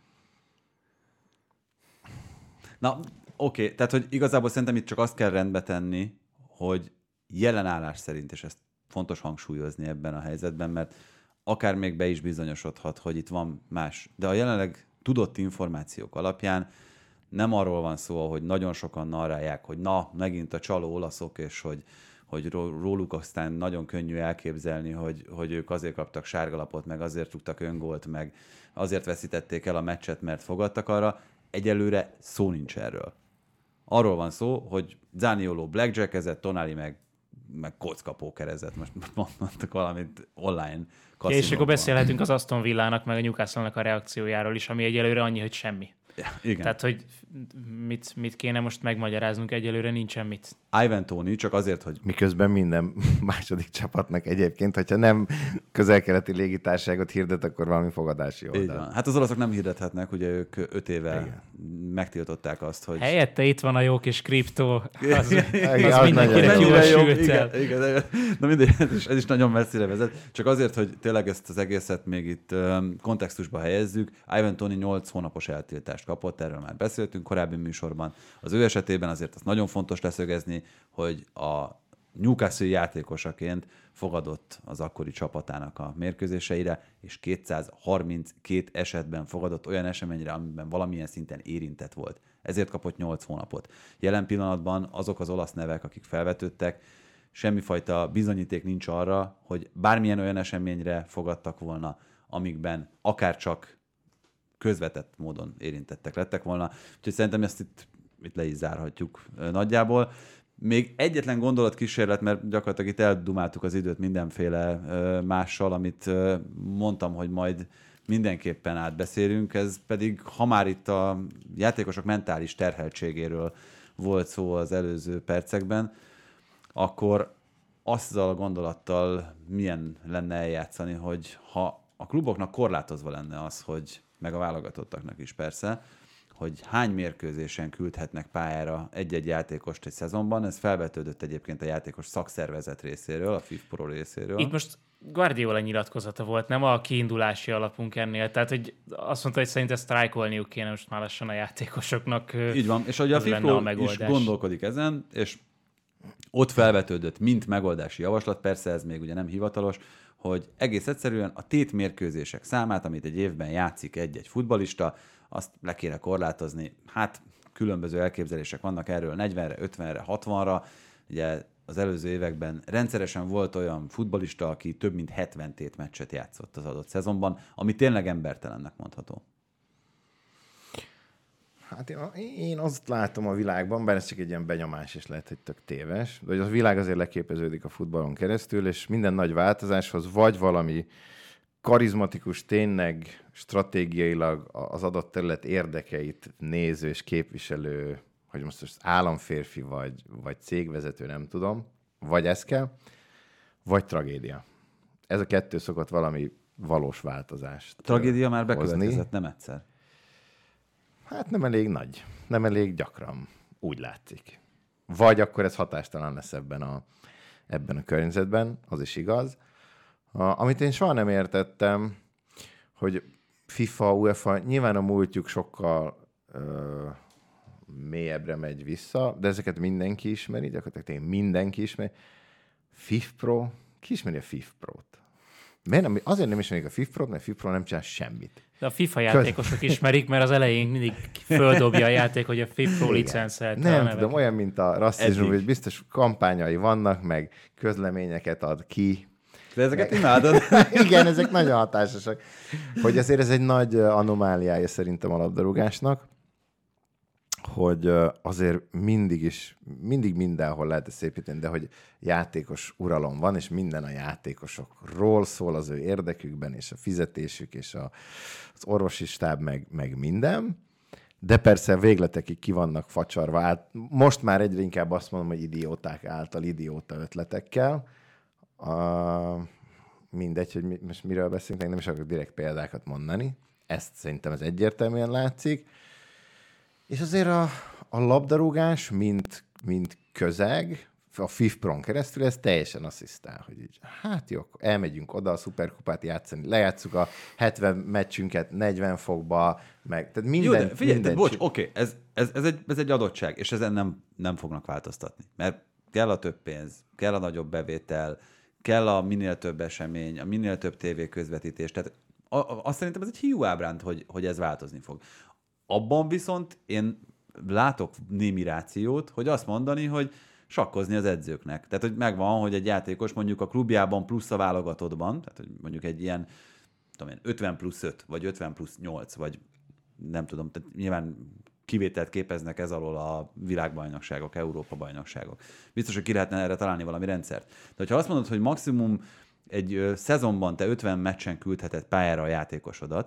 Na, oké, okay. Tehát, hogy igazából szerintem itt csak azt kell rendbe tenni, hogy jelen állás szerint, és ezt fontos hangsúlyozni ebben a helyzetben, mert akár még be is bizonyosodhat, hogy itt van más. De a jelenleg tudott információk alapján nem arról van szó, hogy nagyon sokan narrálják, hogy na, megint a csaló olaszok, és hogy, hogy róluk aztán nagyon könnyű elképzelni, hogy, hogy ők azért kaptak sárgalapot, meg azért rúgtak öngolt, meg azért veszítették el a meccset, mert fogadtak arra. Egyelőre szó nincs erről. Arról van szó, hogy Zanioló blackjackezett, Tonali meg, meg kockapókerezett. Most mondtak valamit online kaszinóban. És akkor beszélhetünk az Aston Villának, meg a Newcastle-nak a reakciójáról is, ami egyelőre annyi, hogy semmi. Igen. Tehát, hogy mit, mit kéne most megmagyaráznunk, egyelőre nincsen mit. Ivan Toney csak azért, hogy... Miközben minden második csapatnak egyébként, hogyha nem közel-keleti légitársaságot hirdet, akkor valami fogadási oldal. Így van. Hát az olaszok nem hirdethetnek, ugye ők öt éve Igen. megtiltották azt, hogy... Helyette itt van a jó kis kriptó, az, Igen, az az mindenkinek nagyon jól jó. sült el. Igen, igen, na mindegy, ez is, ez is nagyon messzire vezet. Csak azért, hogy tényleg ezt az egészet még itt um, kontextusba helyezzük. Ivan Toney nyolc hónapos eltiltást kapott, erről már beszéltünk korábbi műsorban. Az ő esetében azért az nagyon fontos leszögezni, hogy a Newcastle játékosaként fogadott az akkori csapatának a mérkőzéseire, és kétszázharminckét esetben fogadott olyan eseményre, amiben valamilyen szinten érintett volt. Ezért kapott nyolc hónapot. Jelen pillanatban azok az olasz nevek, akik felvetődtek, semmifajta bizonyíték nincs arra, hogy bármilyen olyan eseményre fogadtak volna, amikben akár csak közvetett módon érintettek lettek volna. Úgyhogy szerintem ezt itt, itt le is zárhatjuk nagyjából. Még egyetlen gondolatkísérlet, mert gyakorlatilag itt eldumáltuk az időt mindenféle mással, amit mondtam, hogy majd mindenképpen átbeszélünk, ez pedig, ha már itt a játékosok mentális terheltségéről volt szó az előző percekben, akkor azzal a gondolattal milyen lenne eljátszani, hogy ha a kluboknak korlátozva lenne az, hogy meg a válogatottaknak is persze, hogy hány mérkőzésen küldhetnek pályára egy-egy játékost egy szezonban. Ez felvetődött egyébként a játékos szakszervezet részéről, a FIFPro részéről. Itt most Guardiola nyilatkozata volt, nem a kiindulási alapunk ennél. Tehát, hogy azt mondta, hogy szerint ezt sztrájkolniuk kéne most már lassan a játékosoknak. Így van, és ahogy a FIFPro is gondolkodik ezen, és ott felvetődött, mint megoldási javaslat, persze ez még ugye nem hivatalos, hogy egész egyszerűen a tétmérkőzések számát, amit egy évben játszik egy-egy futballista, azt le kéne korlátozni. Hát különböző elképzelések vannak erről negyvenre, ötvenre, hatvanra. Ugye az előző években rendszeresen volt olyan futballista, aki több mint hetven tétmeccset játszott az adott szezonban, ami tényleg embertelennek mondható. Hát én azt látom a világban, bár ez csak egy ilyen benyomás, és lehet, hogy tök téves, de hogy a világ azért leképeződik a futballon keresztül, és minden nagy változáshoz vagy valami karizmatikus, tényleg stratégiailag az adott terület érdekeit néző és képviselő, hogy most az államférfi vagy, vagy cégvezető, nem tudom, vagy ez kell, vagy tragédia. Ez a kettő szokott valami valós változást A tragédia már hozni. bekövetkezett, nem egyszer. Hát nem elég nagy, nem elég gyakran, úgy látszik. Vagy akkor ez hatástalan lesz ebben a, ebben a környezetben, az is igaz. A, amit én soha nem értettem, hogy FIFA, UEFA, nyilván a múltjuk sokkal ö, mélyebbre megy vissza, de ezeket mindenki ismeri, gyakorlatilag mindenki ismeri. FIFPro, ki ismeri a FIFPro-t? Miért nem, azért nem ismerik a FIFPro-t, mert a FIFPro nem csinál semmit. De a FIFA játékosok ismerik, mert az elején mindig földobja a játék, hogy a FIFPro licenszelt. Nem tudom, olyan, mint a rasszizmus, hogy biztos kampányai vannak, meg közleményeket ad ki. De ezeket imádod. Igen, ezek nagyon hatásosak. Hogy azért ez egy nagy anomáliája szerintem a labdarúgásnak, hogy azért mindig is, mindig mindenhol lehet ezt szépíteni, de hogy játékos uralom van, és minden a játékosokról szól, az ő érdekükben, és a fizetésük, és a, az orvosi stáb, meg, meg minden. De persze végletekig ki vannak facsarva. Hát most már egyre inkább azt mondom, hogy idióták által, idióta ötletekkel. A, mindegy, hogy mi, most miről beszélünk, nem is akarok direkt példákat mondani. Ezt szerintem ez egyértelműen látszik. És azért a, a labdarúgás, mint, mint közeg, a FIFPron keresztül, ez teljesen asszisztál, hogy így, hát jó, elmegyünk oda a szuperkupát játszani, lejátszuk a hetven meccsünket negyven fokba, meg, tehát minden... Jó, de figyelj, minden bocs, oké, okay, ez, ez, ez, egy, ez egy adottság, és ezen nem, nem fognak változtatni, mert kell a több pénz, kell a nagyobb bevétel, kell a minél több esemény, a minél több tévéközvetítés, tehát a, a, azt szerintem ez egy hiú ábránd, hogy, hogy ez változni fog. Abban viszont én látok némi rációt, hogy azt mondani, hogy sakkozni az edzőknek. Tehát, hogy megvan, hogy egy játékos mondjuk a klubjában plusz a válogatottban, tehát, hogy mondjuk egy ilyen tudom én, ötven plusz öt, vagy ötven plusz nyolc, vagy nem tudom, tehát nyilván kivételt képeznek ez alól a világbajnokságok, Európa-bajnokságok. Biztos, hogy ki lehetne erre találni valami rendszert. De hogyha azt mondod, hogy maximum egy ö, szezonban te ötven meccsen küldheted pályára a játékosodat,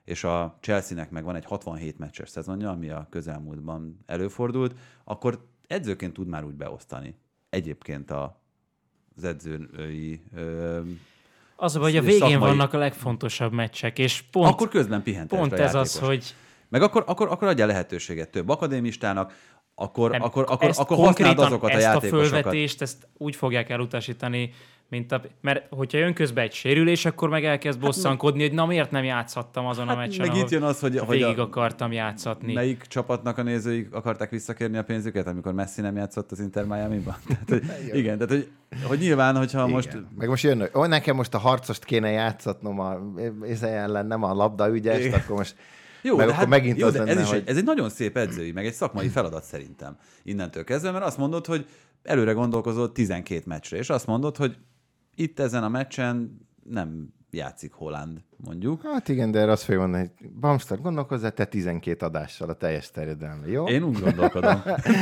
és a Chelsea-nek meg van egy hatvanhét meccses szezonja, ami a közelmúltban előfordult, akkor edzőként tud már úgy beosztani. Egyébként a, az edzői... Ö, az a baj, hogy a végén szakmai... vannak a legfontosabb meccsek, és pont, akkor közben pihentesd pont a ez játékos. az, hogy... Meg akkor, akkor, akkor adja lehetőséget több akadémistának, akkor, nem, akkor, akkor, ezt akkor használd azokat a ezt játékosokat. Ezt a fölvetést, ezt úgy fogják elutasítani, mint a, mert hogyha jön közben egy sérülés, akkor meg elkezd bosszankodni, hogy na miért nem játszhattam azon hát a meccsen, meg itt jön az, hogy, hogy végig a, akartam játszatni. Melyik csapatnak a nézői akarták visszakérni a pénzüket, amikor Messi nem játszott az Inter Miami-ban? Tehát, hogy, igen, tehát hogy, hogy nyilván, hogyha igen. most... Meg most jön, hogy nekem most a harcost kéne játszatnom a ellen, nem a labdaügyest, akkor most... Jó, meg de, akkor hát, megint jó, az de lenne, ez, is hogy... egy, ez egy nagyon szép edzői, meg egy szakmai feladat szerintem innentől kezdve, mert azt mondod, hogy előre gondolkozol tizenkét meccsre, és azt mondod, hogy itt ezen a meccsen nem játszik Haaland, mondjuk. Hát igen, de erre azt fogja mondani, hogy Bamstart, gondolkozzál te tizenkét adással a teljes terjedelme, jó? Én úgy gondolkodom.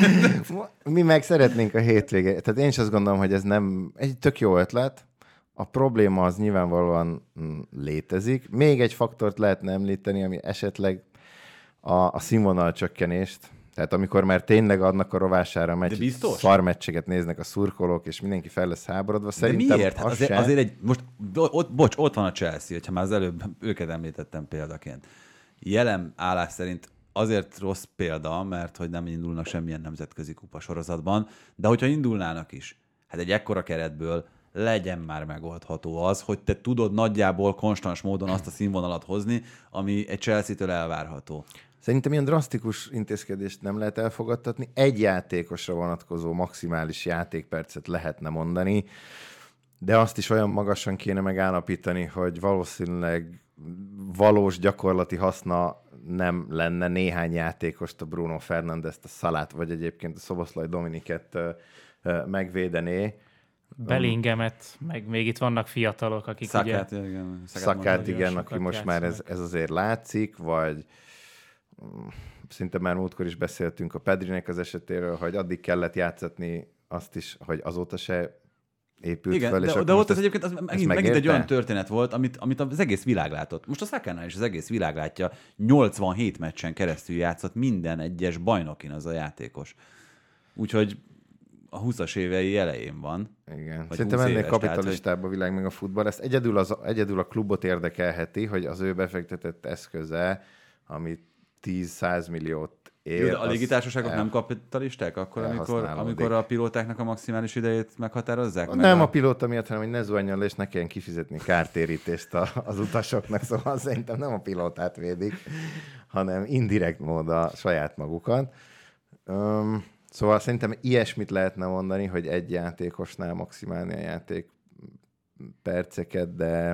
Mi meg szeretnénk a hétvégét. Tehát én is azt gondolom, hogy ez nem egy tök jó ötlet. A probléma az nyilvánvalóan létezik. Még egy faktort lehetne említeni, ami esetleg a, a színvonal csökkenést. Tehát amikor már tényleg adnak a rovására meccs, szarmeccseket néznek a szurkolók, és mindenki fel lesz háborodva. Szerintem de miért? Hát az azért, se... azért egy, most, ott, bocs, ott van a Chelsea, hogyha már az előbb őket említettem példaként. Jelen állás szerint azért rossz példa, mert hogy nem indulnak semmilyen nemzetközi kupa sorozatban, de hogyha indulnának is, hát egy ekkora keretből legyen már megoldható az, hogy te tudod nagyjából konstans módon azt a színvonalat hozni, ami egy Chelsea-től elvárható. Szerintem ilyen drasztikus intézkedést nem lehet elfogadtatni. Egy játékosra vonatkozó maximális játékpercet lehetne mondani, de azt is olyan magasan kéne megállapítani, hogy valószínűleg valós gyakorlati haszna nem lenne néhány játékost, a Bruno Fernandezt, a Salát, vagy egyébként a Szoboszlai Dominiket megvédené. Bellinghamet, meg még itt vannak fiatalok, akik Szakát, ugye... igen, Szakát, igen, aki most már ez, ez azért látszik, vagy szinte már múltkor is beszéltünk a Pedrinek az esetéről, hogy addig kellett játszatni azt is, hogy azóta se épült igen, fel. De, és de ott az egyébként az megint, megint egy olyan történet volt, amit, amit az egész világ látott. Most a Szakánál is az egész világ látja, nyolcvanhét meccsen keresztül játszott minden egyes bajnokin az a játékos. Úgyhogy a húszas évei elején van. Igen. Szerintem ennél éves, kapitalistább tehát, a világ meg a futball. Ezt egyedül, az, egyedül a klubot érdekelheti, hogy az ő befektetett eszköze, ami tíz-száz milliót ér. Jó, a légitársaságok el... nem kapitalisták akkor, amikor, amikor a pilótáknak a maximális idejét meghatározzák? Nem meg a... a pilóta miatt, hanem hogy ne zuhanjon le, és ne kelljen kifizetni kártérítést az utasoknak, szóval szerintem nem a pilótát védik, hanem indirekt mód a saját magukat. Um, Szóval szerintem ilyesmit lehetne mondani, hogy egy játékosnál maximálni a játék perceket, de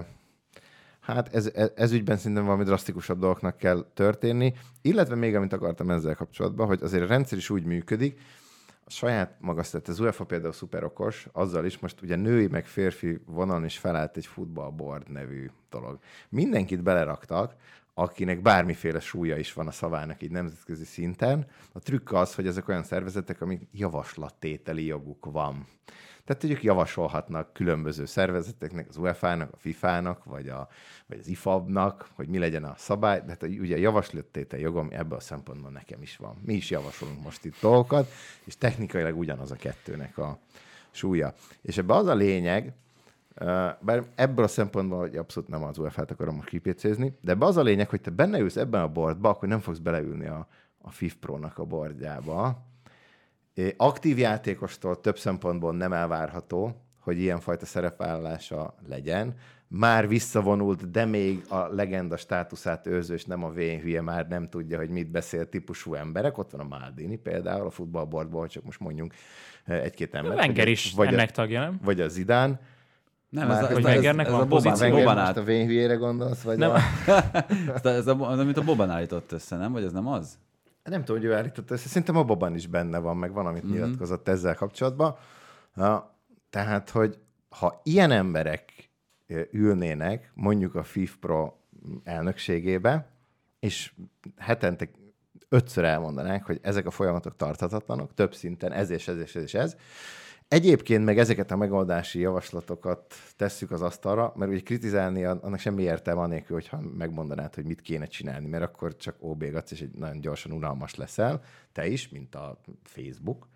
hát ez, ez, ez ügyben szerintem valami drasztikusabb dolgoknak kell történni. Illetve még, amit akartam ezzel kapcsolatban, hogy azért a rendszer is úgy működik, a saját magasztett, az UEFA például szuper okos, azzal is most ugye női meg férfi vonalon is felállt egy futballboard nevű dolog. Mindenkit beleraktak, akinek bármiféle súlya is van a szavának így nemzetközi szinten. A trükk az, hogy ezek olyan szervezetek, amik javaslattételi joguk van. Tehát, hogy ők javasolhatnak különböző szervezeteknek, az UEFA-nak, a FIFA-nak, vagy, a, vagy az I F A B-nak, hogy mi legyen a szabály. De hát ugye a javaslattétel jogom ebből a szempontból nekem is van. Mi is javasolunk most itt dolgokat, és technikailag ugyanaz a kettőnek a súlya. És ebben az a lényeg, bár ebből a szempontból, hogy abszolút nem az UEFA-t akarom most kipécézni, de ebben az a lényeg, hogy te benne ülsz ebben a boardba, akkor nem fogsz beleülni a, a FIFPro-nak a boardjába. Aktív játékostól több szempontból nem elvárható, hogy ilyenfajta szerepvállalása legyen. Már visszavonult, de még a legenda státuszát őrző, és nem a vén hülye, már nem tudja, hogy mit beszél típusú emberek. Ott van a Maldini például a futballboardból, csak most mondjunk egy-két ember. Wenger is vagy ennek a, tagja, nem? Vagy a Zidane. Nem, már, ez, hogy ez, Wengernek ez, van ez a pozíció. Wenger, Boban most a vén hülyére gondolsz? Vagy nem. A... ez, a, ez a, amit a Boban állított össze, nem? Vagy ez nem az? Nem tudom, hogy ő állított össze. Szerintem a Boban is benne van, meg valamit mm-hmm. nyilatkozott ezzel kapcsolatban. Na, tehát, hogy ha ilyen emberek ülnének mondjuk a FIFPro elnökségébe, és hetente ötször elmondanák, hogy ezek a folyamatok tarthatatlanok, több szinten, ez és ez és ez és ez, Egyébként meg ezeket a megoldási javaslatokat tesszük az asztalra, mert ugye kritizálni annak semmi értelme anélkül, hogyha megmondanád, hogy mit kéne csinálni, mert akkor csak óbégatsz, és egy nagyon gyorsan unalmas leszel, te is, mint a Facebook.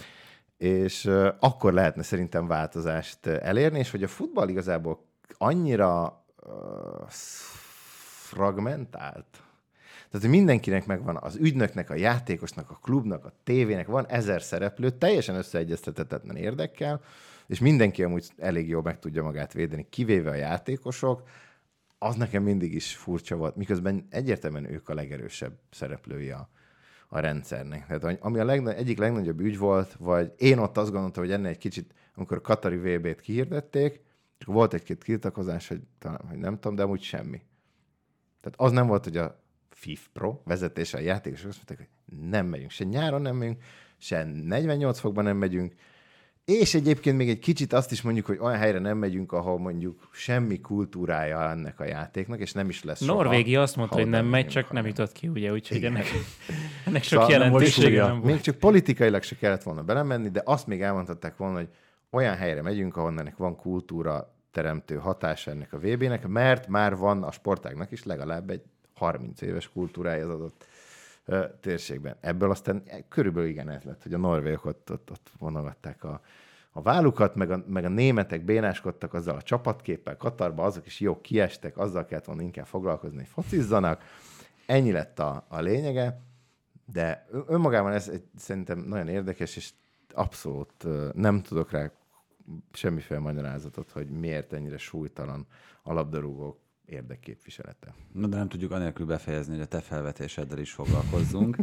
És uh, akkor lehetne szerintem változást elérni, és hogy a futball igazából annyira uh, fragmentált, tehát, hogy mindenkinek megvan az ügynöknek, a játékosnak, a klubnak, a tévének, van ezer szereplő, teljesen összeegyeztethetetlen érdekkel, és mindenki amúgy elég jól meg tudja magát védeni, kivéve a játékosok, az nekem mindig is furcsa volt, miközben egyértelműen ők a legerősebb szereplői a, a rendszernek. Tehát ami a legna- egyik legnagyobb ügy volt, vagy én ott azt gondoltam, hogy ennél egy kicsit, amikor a katari vé bét kihirdették, és volt egy-két tiltakozás, hogy, talán, hogy nem tudom, de amúgy semmi. Tehát az nem volt, hogy a FIFPro vezetése a játékosok azt mondták, hogy nem megyünk, se nyáron nem megyünk, se negyvennyolc fokban nem megyünk, és egyébként még egy kicsit azt is mondjuk, hogy olyan helyre nem megyünk, ahol mondjuk semmi kultúrája ennek a játéknak, és nem is lesz soha. Norvégia azt mondta, hogy nem megy, csak nem jutott ki, ugye, úgyhogy ennek, ennek sok szóval jelentősége nem volt. Még csak politikailag se kellett volna belemenni, de azt még elmondhatták volna, hogy olyan helyre megyünk, ahol ennek van kultúra teremtő hatása ennek a vé bének, mert már van a sportágnak is legalább egy harminc éves kultúrája az adott uh, térségben. Ebből aztán körülbelül igen ez lett, hogy a norvégok ott, ott, ott vonogatták a, a vállukat, meg a, meg a németek bénáskodtak azzal a csapatképpel Katarba, azok is jó kiestek, azzal kellett volna inkább foglalkozni, hogy focizzanak. Ennyi lett a, a lényege, de önmagában ez egy, szerintem nagyon érdekes, és abszolút uh, nem tudok rá semmiféle magyarázatot, hogy miért ennyire súlytalan a labdarúgók érdekképviselete. Na, de nem tudjuk anélkül befejezni, hogy a te felvetéseddel is foglalkozzunk.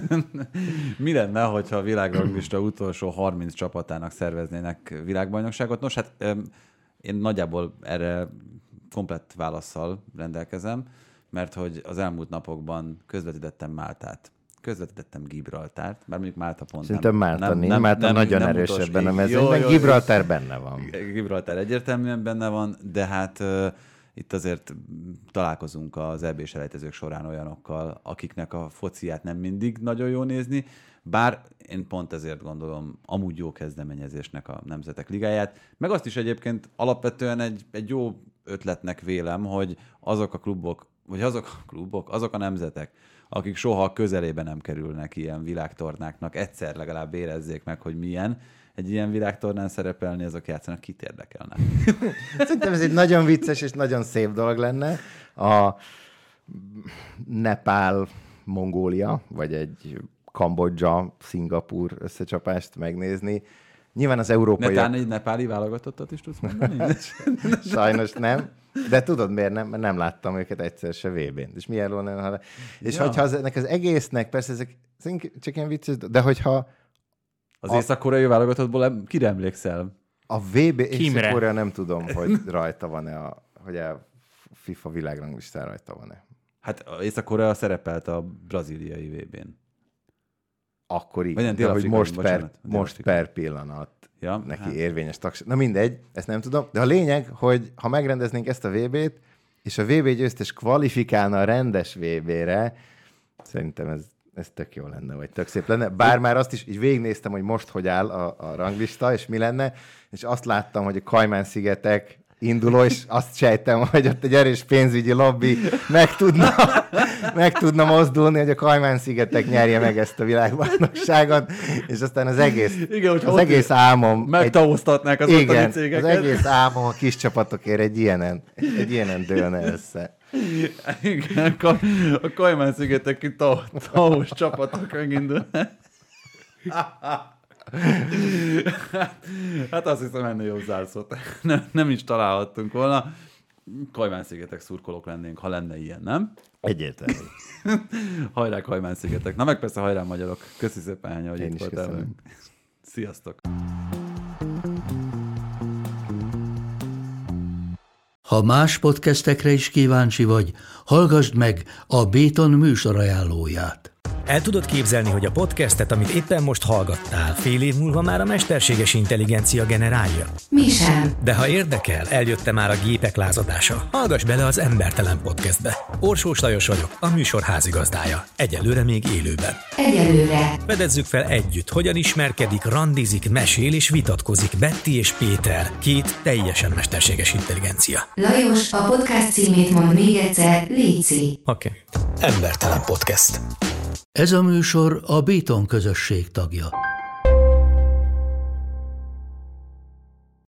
Mi lenne, hogyha a világranglista utolsó harminc csapatának szerveznének világbajnokságot? Nos, hát én nagyjából erre komplett válasszal rendelkezem, mert hogy az elmúlt napokban közvetítettem Máltát. Közvetítettem Gibraltárt, bár mondjuk Málta pont Szerintem nem. Málta, nem, nem, nem, Málta nem, nagyon nem erősebben a mezőnyben, jó, Gibraltár benne van. Gibraltár egyértelműen benne van, de hát uh, itt azért találkozunk az é bé-s elejtezők során olyanokkal, akiknek a fociát nem mindig nagyon jó nézni, bár én pont ezért gondolom amúgy jó kezdeményezésnek a Nemzetek Ligáját, meg azt is egyébként alapvetően egy, egy jó ötletnek vélem, hogy azok a klubok, vagy azok a klubok, azok a nemzetek, akik soha közelében nem kerülnek ilyen világtornáknak, egyszer legalább érezzék meg, hogy milyen egy ilyen világtornán szerepelni, azok játszanak, kit érdekelnek. Szerintem ez egy nagyon vicces és nagyon szép dolog lenne. A Nepál, Mongólia, vagy egy Kambodzsa, Szingapúr összecsapást megnézni. Nyilván az európai... Netán egy nepáli válogatottat is tudsz mondani? Sajnos nem. De tudod miért nem? Mert nem láttam őket egyszer se vé bén. És milyen lenne, ha... És ja. hogyha az, ennek az egésznek, persze ezek csak ilyen vicces, de hogyha... Az a... észak-koreai válogatottból kire emlékszel? A vé bé Észak-Korea nem tudom, hogy rajta van-e, a, hogy a FIFA világranglistán rajta van-e. Hát Észak-Korea szerepelt a brazíliai vé bén. Akkor igen, de hogy most, bocsánat, per, most per pillanat ja, neki hát. érvényes tagság. Na mindegy, ezt nem tudom. De a lényeg, hogy ha megrendeznénk ezt a vé bét, és a vé bé győztes kvalifikálna a rendes vé bére, szerintem ez, ez tök jó lenne, vagy tök szép lenne. Bár már azt is így végignéztem, hogy most hogy áll a, a ranglista, és mi lenne, és azt láttam, hogy a Kajmán-szigetek induló, és azt sejtem, hogy ott egy erős pénzügyi lobby meg tudna, meg tudna mozdulni, hogy a Kajmán-szigetek nyerje meg ezt a világbajnokságot, és aztán az egész, igen, az egész álmom... Megtausztatnák az igen, ottani cégeket. Az egész álmom a kis csapatokért egy ilyenen, egy ilyenen dőlne össze. Igen, a Kajmán-szigetek taós csapatok megindulnak. Hát azt hiszem, ennél jobb zárszót nem, nem is találhattunk volna. Kajmán-szigetek szurkolók lennénk, ha lenne ilyen, nem? Egyértelmű. Hajrá Kajmán-szigetek. Na meg persze hajrá magyarok. Köszi szépen, Hánya, hogy Én itt voltál velünk. Sziasztok! Ha más podcastekre is kíváncsi vagy, hallgassd meg a Béton műsor ajánlóját. El tudod képzelni, hogy a podcastet, amit éppen most hallgattál, fél év múlva már a mesterséges intelligencia generálja? Mi sem. De ha érdekel, eljött már a gépek lázadása. Hallgass bele az Embertelen Podcastbe. Orsós Lajos vagyok, a műsor házigazdája. Egyelőre még élőben. Egyelőre. Fedezzük fel együtt, hogyan ismerkedik, randizik, mesél és vitatkozik Betty és Péter, két teljesen mesterséges intelligencia. Lajos, a podcast címét mond még egyszer, léci. Oké. Okay. Embertelen Podcast. Ez a műsor a Béton közösség tagja.